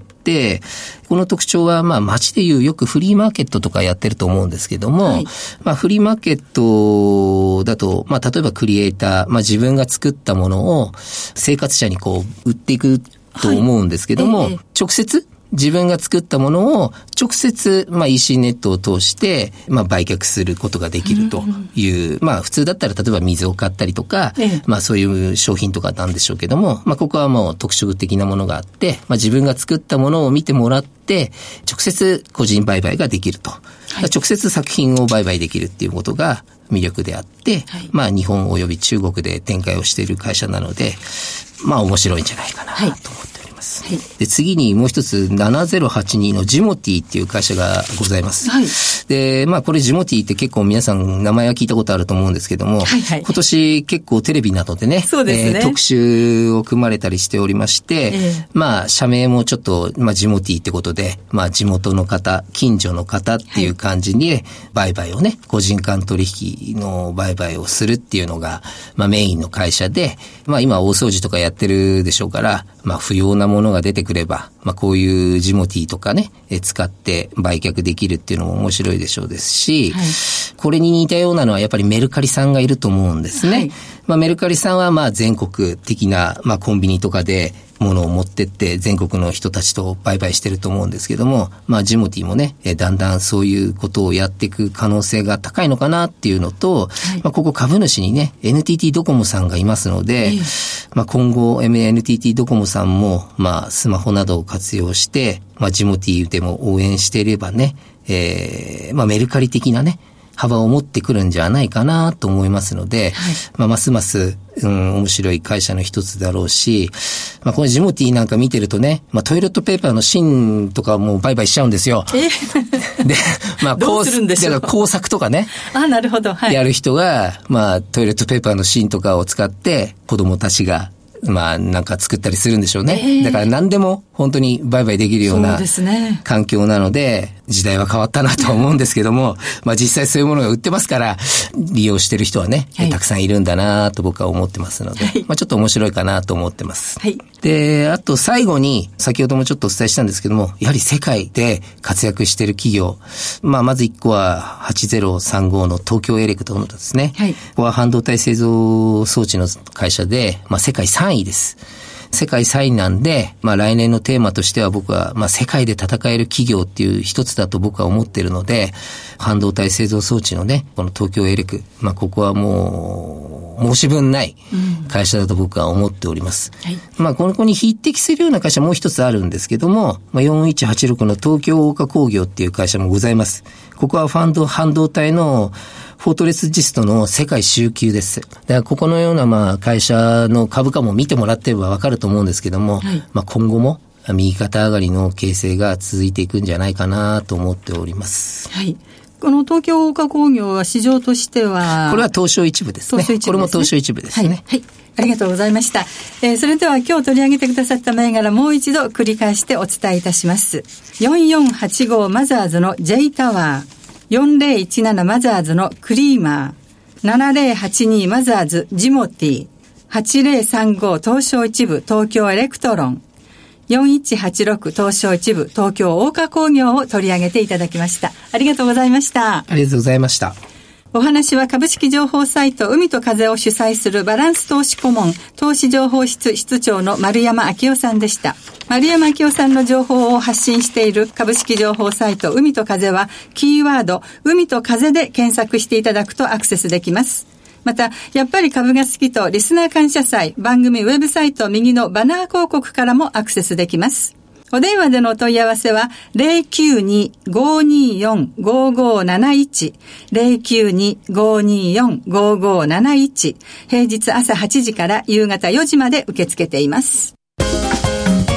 この特徴は、まあ、街でいうよくフリーマーケットとかやってると思うんですけども、はい、まあ、フリーマーケットだと、まあ、例えばクリエイター、まあ、自分が作ったものを生活者にこう、売っていくと思うんですけども、はいええ、直接自分が作ったものを直接、まあ イーシー ネットを通して、まあ売却することができるという、まあ普通だったら例えば水を買ったりとか、ええ、まあそういう商品とかなんでしょうけども、まあここはもう特色的なものがあって、まあ自分が作ったものを見てもらって、直接個人売買ができると。はい、直接作品を売買できるっていうことが魅力であって、はい、まあ日本及び中国で展開をしている会社なので、まあ面白いんじゃないかなと思って、はいはい、で次にもう一つななぜろはちにのジモティっていう会社がございます。はい、で、まあこれジモティって結構皆さん名前は聞いたことあると思うんですけども、はいはい、今年結構テレビなどでね、そうですね、えー、特集を組まれたりしておりまして、えー、まあ社名もちょっと、まあジモティってことで、まあ地元の方、近所の方っていう感じに売買をね、個人間取引の売買をするっていうのが、まあメインの会社で、まあ今大掃除とかやってるでしょうから、まあ不要なものが出てくれば、まあこういうジモティとかね、え使って売却できるっていうのも面白いでしょうですし、はい、これに似たようなのはやっぱりメルカリさんがいると思うんですね。はい、まあメルカリさんはまあ全国的なまあコンビニとかでものを持ってって全国の人たちと売買してると思うんですけども、まあジモティもね、えだんだんそういうことをやっていく可能性が高いのかなっていうのと、はい、まあここ株主にね、エヌティーティー ドコモさんがいますので、えー、まあ今後 エヌティーティー ドコモさんもまあスマホなどを活用して、まあジモティでも応援していればね、えー、まあメルカリ的なね、幅を持ってくるんじゃないかなと思いますので、はい、まあますます、うん、面白い会社の一つだろうし、まあこのジモティなんか見てるとね、まあトイレットペーパーの芯とかもう売買しちゃうんですよ。えで、まあどうするんでしょう。 工作とかね。 あ、なるほど。はい。 やる人が、まあトイレットペーパーの芯とかを使って子供たちがまあなんか作ったりするんでしょうね。えー、だから何でも本当に売買できるような環境なので、時代は変わったなと思うんですけども、まあ実際そういうものが売ってますから、利用してる人はね、はい、たくさんいるんだなと僕は思ってますので、はい、まあちょっと面白いかなと思ってます。はい、で、あと最後に、先ほどもちょっとお伝えしたんですけども、やはり世界で活躍している企業、まあまず一個ははちぜろさんごの東京エレクトロンですね。はい、ここは半導体製造装置の会社で、まあ世界さんいです。世界さんいなんで、まあ来年のテーマとしては僕は、まあ世界で戦える企業っていう一つだと僕は思っているので、半導体製造装置のね、この東京エレク、まあここはもう、申し分ない会社だと僕は思っております。うんはい、まあここに匹敵するような会社もう一つあるんですけども、まあよんいちはちろくの東京大華工業っていう会社もございます。ここはファンド、半導体のフォートレスジストの世界集級です。だからここのようなまあ会社の株価も見てもらってればわかると思うんですけども、はい、まあ今後も右肩上がりの形成が続いていくんじゃないかなと思っております。 はい。この東京大華工業は市場としてはこれは東証一部ですね。東証一部ですね。これも東証一部ですね。はい。はい、 ありがとうございました。えー、それでは今日取り上げてくださった銘柄もう一度繰り返してお伝えいたします。よんよんはちごマザーズの J タワー。よんぜろいちななマザーズのクリーマー、ななぜろはちにマザーズジモティ、はちぜろさんご東証一部東京エレクトロン、よんいちはちろく東証一部東京大華工業を取り上げていただきました。ありがとうございました。 ありがとうございました。 お話は株式情報サイト海と風を主催するバランス投資顧問投資情報室室長の丸山明夫さんでした。丸山明夫さんの情報を発信している株式情報サイト海と風はキーワード海と風で検索していただくとアクセスできます。また、やっぱり株が好きとリスナー感謝祭番組ウェブサイト右のバナー広告からもアクセスできます。お電話でのお問い合わせは ゼロきゅうに ごーにーよん ごーごーなないち ゼロきゅうに ごーにーよん ごーごーなないち平日朝はちじから夕方よじまで受け付けています。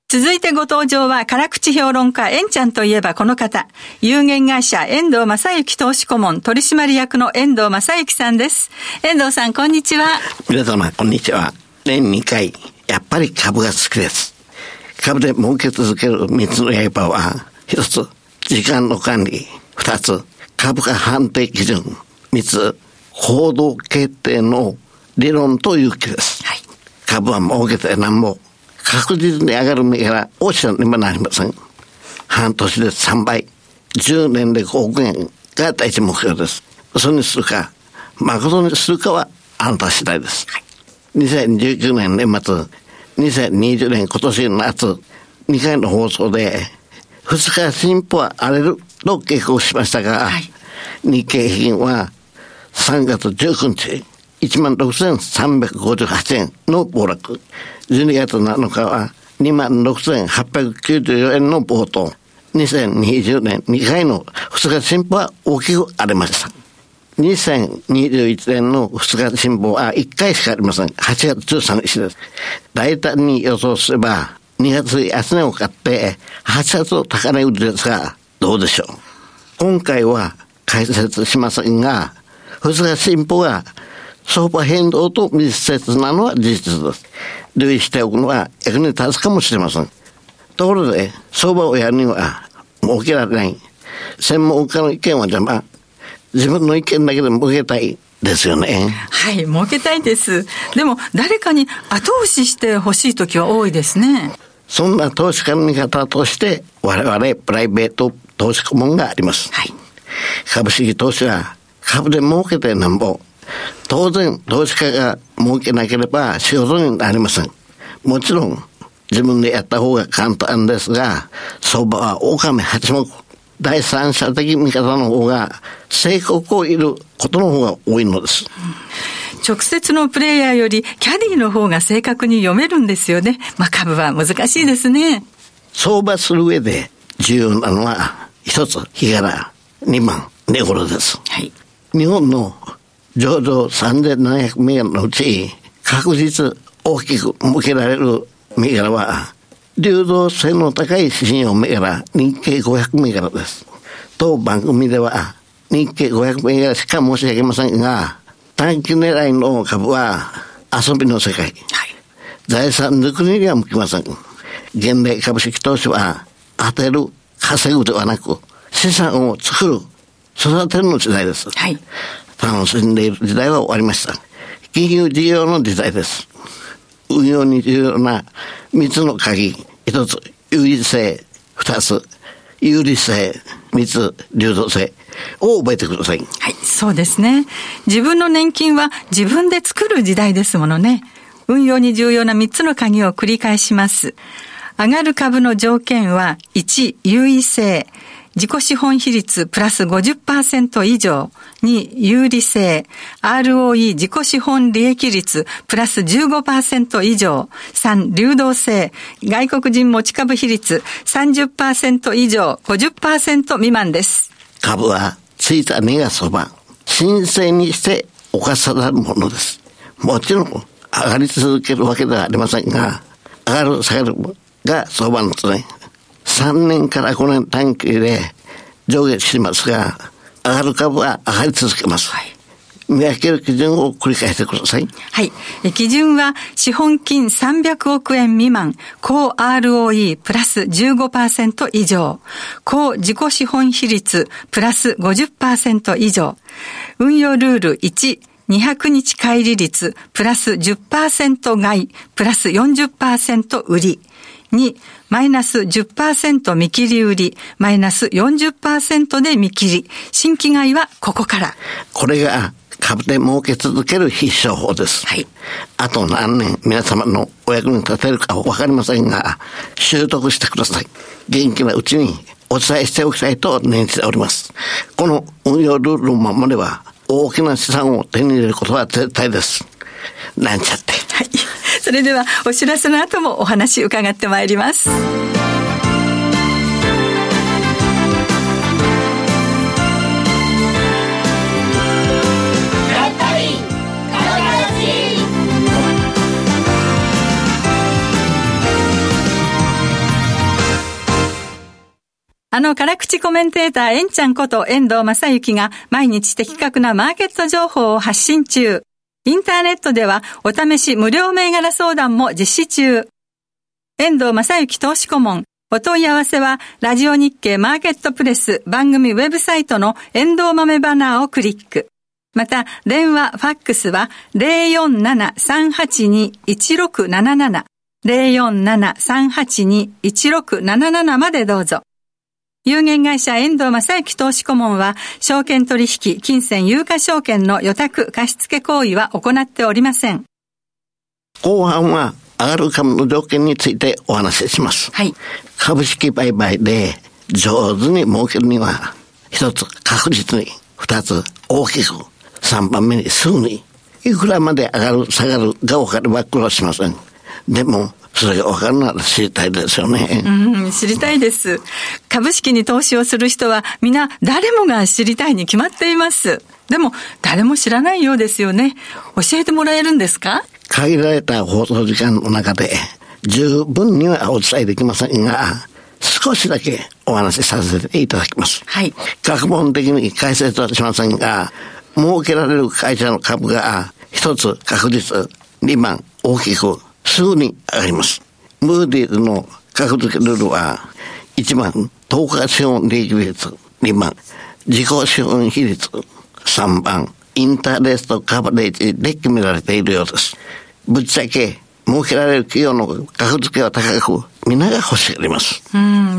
続いてご登場は、辛口評論家、えんちゃんといえばこの方、有限会社遠藤正幸投資顧問取締役の遠藤正幸さんです。遠藤さん、こんにちは。 皆様、こんにちは。年にかい、やっぱり株が好きです。株で儲け続けるみっつの刃は、ひとつ、時間の管理、ふたつ、株価判定基準、みっつ、行動決定の理論という気です。はい、株は儲けてなんぼ、確実に上がる銘柄をしなければなりません。半年でさんばい、じゅうねんでごおくえんが第一目標です。嘘にするか、誠にするかはあなた次第です。はい、にせんじゅうきゅうねん年末、にせんにじゅうねん今年の夏、にかいの放送で、ふつか進歩は荒れると警告しましたが、はい、日経平均はさんがつじゅうくにち、いちまんろくせんさんびゃくごじゅうはちえんの暴落。じゅうにがつなのかはにまんろくせんはっぴゃくきゅうじゅうよえんの暴騰。にせんにじゅうねんにかいのふつか進歩は大きく荒れました。にせんにじゅういちねんのふつか進歩はいっかいしかありません。はちがつじゅうさんにちです。大胆に予想すればにがつ安値を買ってはちがつの高値売りですが、どうでしょう。今回は解説しませんが、ふつか進歩は相場変動と密接なのは事実です。留意しておくのは役に立つかもしれません。ところで、相場をやるには儲けられない。専門家の意見は邪魔。自分の意見だけで儲けたいですよね。 はい、儲けたいです。でも、誰かに後押ししてほしいときは多いですね。 そんな投資家の見方として、我々プライベート投資顧問があります。はい、株式投資は株で儲けてなんぼ。当然投資家が儲けなければ仕事になりません。もちろん自分でやった方が簡単ですが、相場は狼八目。第三者的見方の方が正確を得ることの方が多いのです。 うん、直接のプレイヤーよりキャディの方が正確に読めるんですよね。まあ株は難しいですね。 相場する上で重要なのは一つ日柄、二番値頃です。はい、日本の上場さんぜんななひゃくめいがらのうち確実大きく向けられる銘柄は流動性の高い信用銘柄日経ごひゃくめいがらです。当番組では日経ごひゃくめいがらしか申し上げませんが、短期狙いの株は遊びの世界、はい、財産作りには向きません。現代株式投資は当てる稼ぐではなく資産を作る育てるの時代です。はい、楽しんでいる時代は終わりました。金融事業の時代です。運用に重要なみっつの鍵。ひとつ、有利性。ふたつ、有利性。みっつ、流動性を覚えてください。 はい、そうですね。自分の年金は自分で作る時代ですものね。運用に重要なみっつの鍵を繰り返します。上がる株の条件は、いち、優位性。自己資本比率プラス ごじゅっパーセント 以上。に、有利性。アールオーイー 自己資本利益率プラス じゅうごパーセント 以上。さん、流動性。外国人持ち株比率 さんじゅっパーセント 以上。ごじゅっパーセント 未満です。 株はついた値が相場。申請にして犯さざるものです。もちろん上がり続けるわけではありませんが、上がる下がるが相場のですね。さんねんからごねん短期で上下しますが、上がる株は上がり続けます。はい、見分ける基準を繰り返してください。 はい。基準は資本金さんびゃくおくえん未満、高 アールオーイー プラス じゅうごパーセント 以上、高自己資本比率プラス ごじゅっパーセント 以上、運用ルールいち、にひゃくにち乖離率プラス じゅっパーセント 買いプラス よんじゅっパーセント 売り。に、マイナス じゅっパーセント 見切り売り、マイナス よんじゅっパーセント で見切り。新規買いはここから。 これが株で儲け続ける必勝法です。はい。あと何年皆様のお役に立てるかわかりませんが、習得してください。元気なうちにお伝えしておきたいと念じております。この運用ルールを守れば、大きな資産を手に入れることは絶対です。なんちゃって。 はい。それではお知らせの後もお話伺ってまいります。 あの辛口コメンテーター、えんちゃんこと遠藤正幸が毎日的確なマーケット情報を発信中。インターネットではお試し無料銘柄相談も実施中。遠藤正幸投資顧問。お問い合わせは、ラジオ日経マーケットプレス番組ウェブサイトの遠藤豆バナーをクリック。また、電話、ファックスは ゼロよんななさんはちにいちろくなななな ゼロよんななさんはちにいちろくななななまでどうぞ。有限会社遠藤正幸投資顧問は、証券取引、金銭有価証券の予託貸付行為は行っておりません。 後半は上がる株の条件についてお話しします。 はい。 株式売買で上手に儲けるには、一つ確実に、二つ大きく、三番目にすぐに、いくらまで上がる下がるが分かれば苦労しません。でもそれが分かるなら知りたいですよね。 うん、知りたいです。株式に投資をする人は皆誰もが知りたいに決まっています。でも誰も知らないようですよね。教えてもらえるんですか？ 限られた放送時間の中で十分にはお伝えできませんが、少しだけお話しさせていただきます。 はい。 学問的に解説はしませんが、儲けられる会社の株が一つ確実、二番大きくすぐに上がります。ムーディーズの格付けルールは、いちばん等価資本利益率、にばん自己資本比率、さんばんインタレストカバレージで決められているようです。ぶっちゃけ儲けられる企業の格付けは高く、皆が欲しがります。 うん、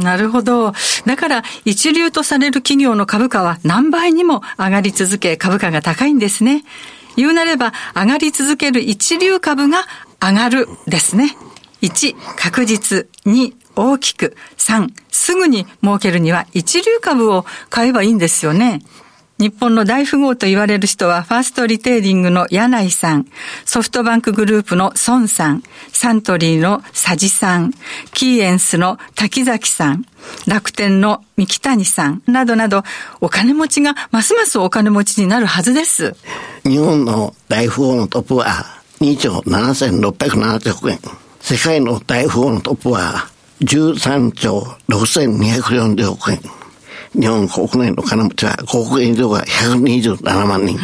なるほど。だから一流とされる企業の株価は何倍にも上がり続け、株価が高いんですね。言うなれば上がり続ける一流株が上がるですね。いち、確実。に、大きく。さん、すぐに儲けるには一流株を買えばいいんですよね。日本の大富豪と言われる人はファーストリテイリングの柳井さん、ソフトバンクグループの孫さん、サントリーの佐治さん、キーエンスの滝崎さん、楽天の三木谷さんなどなど、お金持ちがますますお金持ちになるはずです。 日本の大富豪のトップはにちょうななせんろっぴゃくななじゅうおくえん。世界の大富豪のトップはじゅうさんちょうろくせんにひゃくよんじゅうおくえん。日本国内の金持ちはごおくえん以上がひゃくにじゅうななまんにん。うん、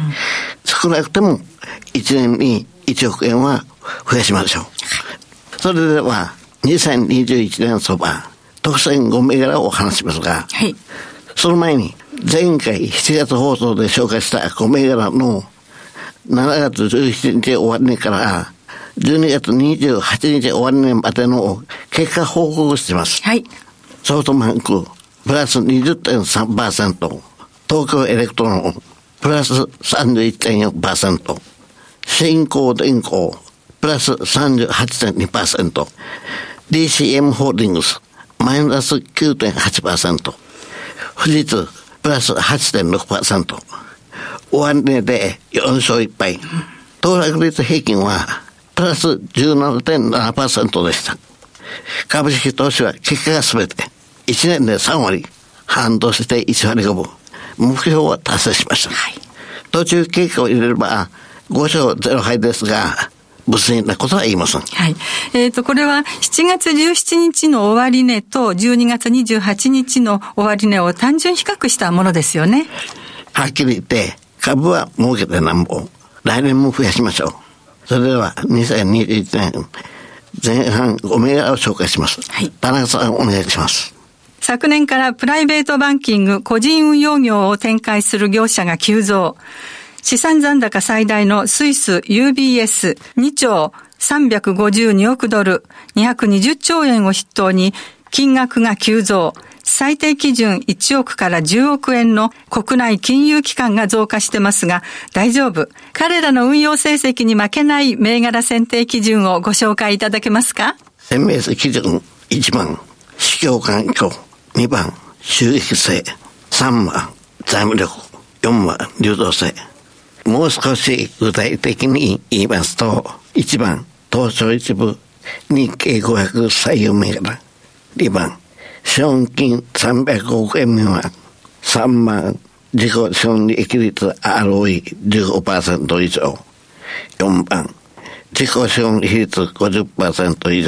少なくてもいちねんにいちおくえんは増やしましょう。それではにせんにじゅういちねん相場特選ご銘柄をお話しますが、はい、その前に前回しちがつ放送で紹介したご銘柄のしちがつじゅうしちにち終値からじゅうにがつにじゅうはちにち終値までの結果報告をしています。はい、ソフトバンクプラス にじゅってんさんパーセント、 東京エレクトロンプラス さんじゅういってんよんパーセント、 新興電工プラス さんじゅうはちてんにパーセント、 ディーシーエム ホールディングスマイナス きゅうてんはちパーセント、 富士通プラス はちてんろくパーセント、 終値でよんしょういっぱい、騰落率平均はプラス じゅうななてんななパーセント でした。株式投資は結果がすべて、いちねんでさんわり、半年でいちわりごぶ、目標は達成しました。はい、途中経過を入れればごしょうぜろはいですが、無粋なことは言いません。 はい。えっと、これはしちがつじゅうしちにちの終値とじゅうにがつにじゅうはちにちの終値を単純比較したものですよね。 はっきり言って、株は儲けてなんぼ、来年も増やしましょう。それではにせんにじゅういちねん前半ご銘柄を紹介します。はい、田中さんお願いします。 昨年からプライベートバンキング個人運用業を展開する業者が急増。資産残高最大のスイス ユービーエスにちょうさんびゃくごじゅうにおくドルにひゃくにじゅっちょうえんを筆頭に金額が急増。最低基準いちおくからじゅうおくえんの国内金融機関が増加してますが、大丈夫。彼らの運用成績に負けない銘柄選定基準をご紹介いただけますか？ 選銘基準いちばん、市況環境。にばん、収益性。さんばん、財務力。よんばん、流動性。もう少し具体的に言いますと、いちばん、東証一部、日経ごひゃく採用銘柄。にばん、資本金さんびゃくおくえん未満。さんばん、自己資本利益率 アールオーイーじゅうごパーセント 以上。よんばん、自己資本比率 ごじゅっパーセント 以上。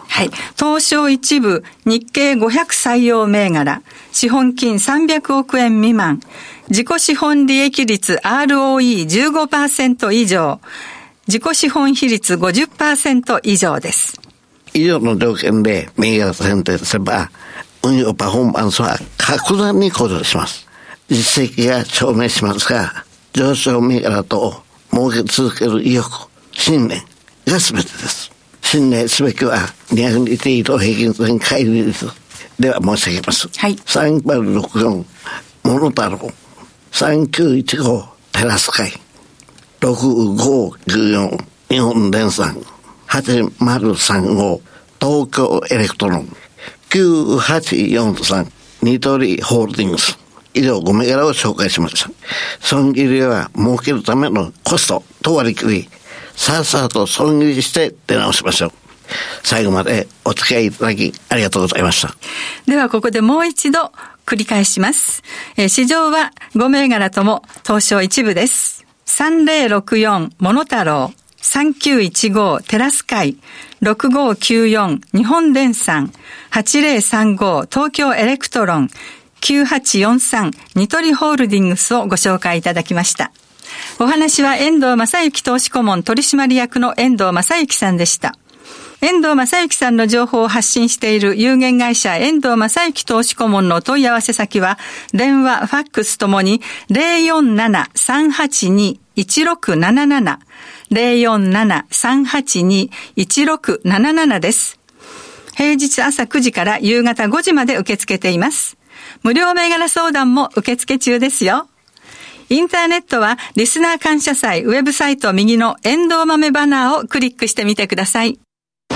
はい。東証一部、日経ごひゃく採用銘柄、資本金さんびゃくおくえん未満、自己資本利益率 アールオーイーじゅうごパーセント 以上、自己資本比率 ごじゅっパーセント 以上です。 以上の条件で銘柄選定すれば、運用パフォーマンスは格段に向上します。実績が証明しますが、上昇銘柄と儲け続ける意欲、信念が全てです。信頼すべきはにひゃくにて移動平均線乖離率では申し上げます。 はい。 さんまるろくよんモノタロウ、さんきゅういちごテラスカイ、ろくごきゅうよん日本電産、はちまるさんご東京エレクトロン、きゅうはちよんさんニトリホールディングス、以上ご銘柄を紹介しました。損切りは儲けるためのコストと割り切り、さっさと損切りして出直しましょう。最後までお付き合いいただきありがとうございました。 ではここでもう一度繰り返します。えー、市場はご銘柄とも東証一部です。さんぜろろくよんモノタロウ、さんきゅういちごテラスカイ、ろくごきゅうよん日本電産、はちぜろさんご東京エレクトロン、きゅうはちよんさんニトリホールディングスをご紹介いただきました。お話は遠藤正幸投資顧問取締役の遠藤正幸さんでした。遠藤正幸さんの情報を発信している有限会社遠藤正幸投資顧問のお問い合わせ先は、電話、ファックスともに ゼロよんななさんはちにいちろくなななな ゼロよんななさんはちにいちろくななななです。平日朝くじから夕方ごじまで受け付けています。無料銘柄相談も受付中ですよ。インターネットはリスナー感謝祭ウェブサイト右の遠藤豆バナーをクリックしてみてください。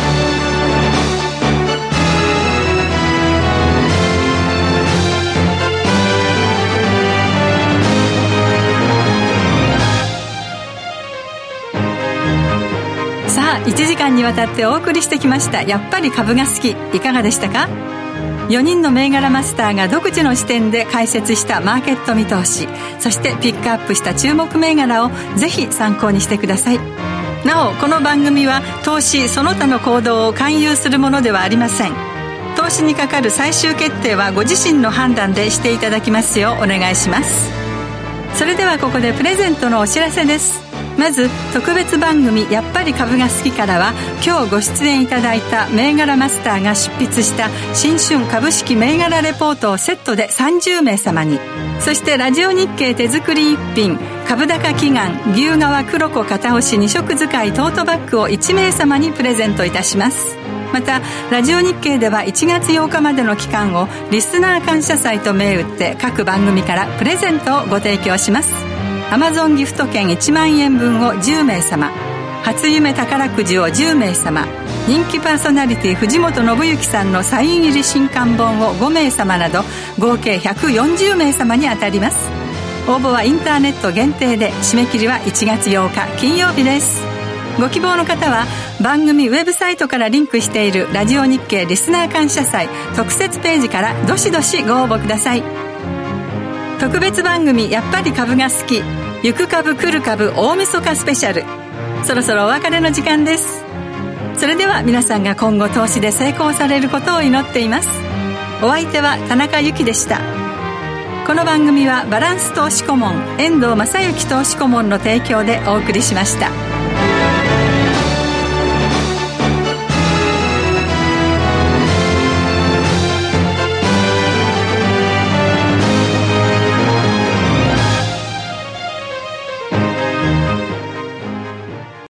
さあ、いちじかんにわたってお送りしてきましたやっぱり株が好き、いかがでしたか？よにんの銘柄マスターが独自の視点で解説したマーケット見通し、そしてピックアップした注目銘柄をぜひ参考にしてください。なお、この番組は投資その他の行動を勧誘するものではありません。投資にかかる最終決定はご自身の判断でしていただきますようお願いします。それではここでプレゼントのお知らせです。まず特別番組やっぱり株が好きからは、今日ご出演いただいた銘柄マスターが執筆した新春株式銘柄レポートをセットでさんじゅうめい様に、そしてラジオ日経手作り一品株高祈願牛革黒子片押しに色使いトートバッグをいちめい様にプレゼントいたします。またラジオ日経ではいちがつようかまでの期間をリスナー感謝祭と銘打って各番組からプレゼントをご提供します。アマゾンギフト券いちまんえんぶんをじゅうめい様、初夢宝くじをじゅうめい様、人気パーソナリティ藤本信之さんのサイン入り新刊本をごめい様など合計ひゃくよんじゅうめい様に当たります。応募はインターネット限定で、締め切りはいちがつようか金曜日です。ご希望の方は番組ウェブサイトからリンクしているラジオ日経リスナー感謝祭特設ページからどしどしご応募ください。特別番組やっぱり株が好き、行く株来る株大晦日スペシャル、そろそろお別れの時間です。それでは皆さんが今後投資で成功されることを祈っています。お相手は田中由紀でした。この番組はバランス投資顧問遠藤正幸投資顧問の提供でお送りしました。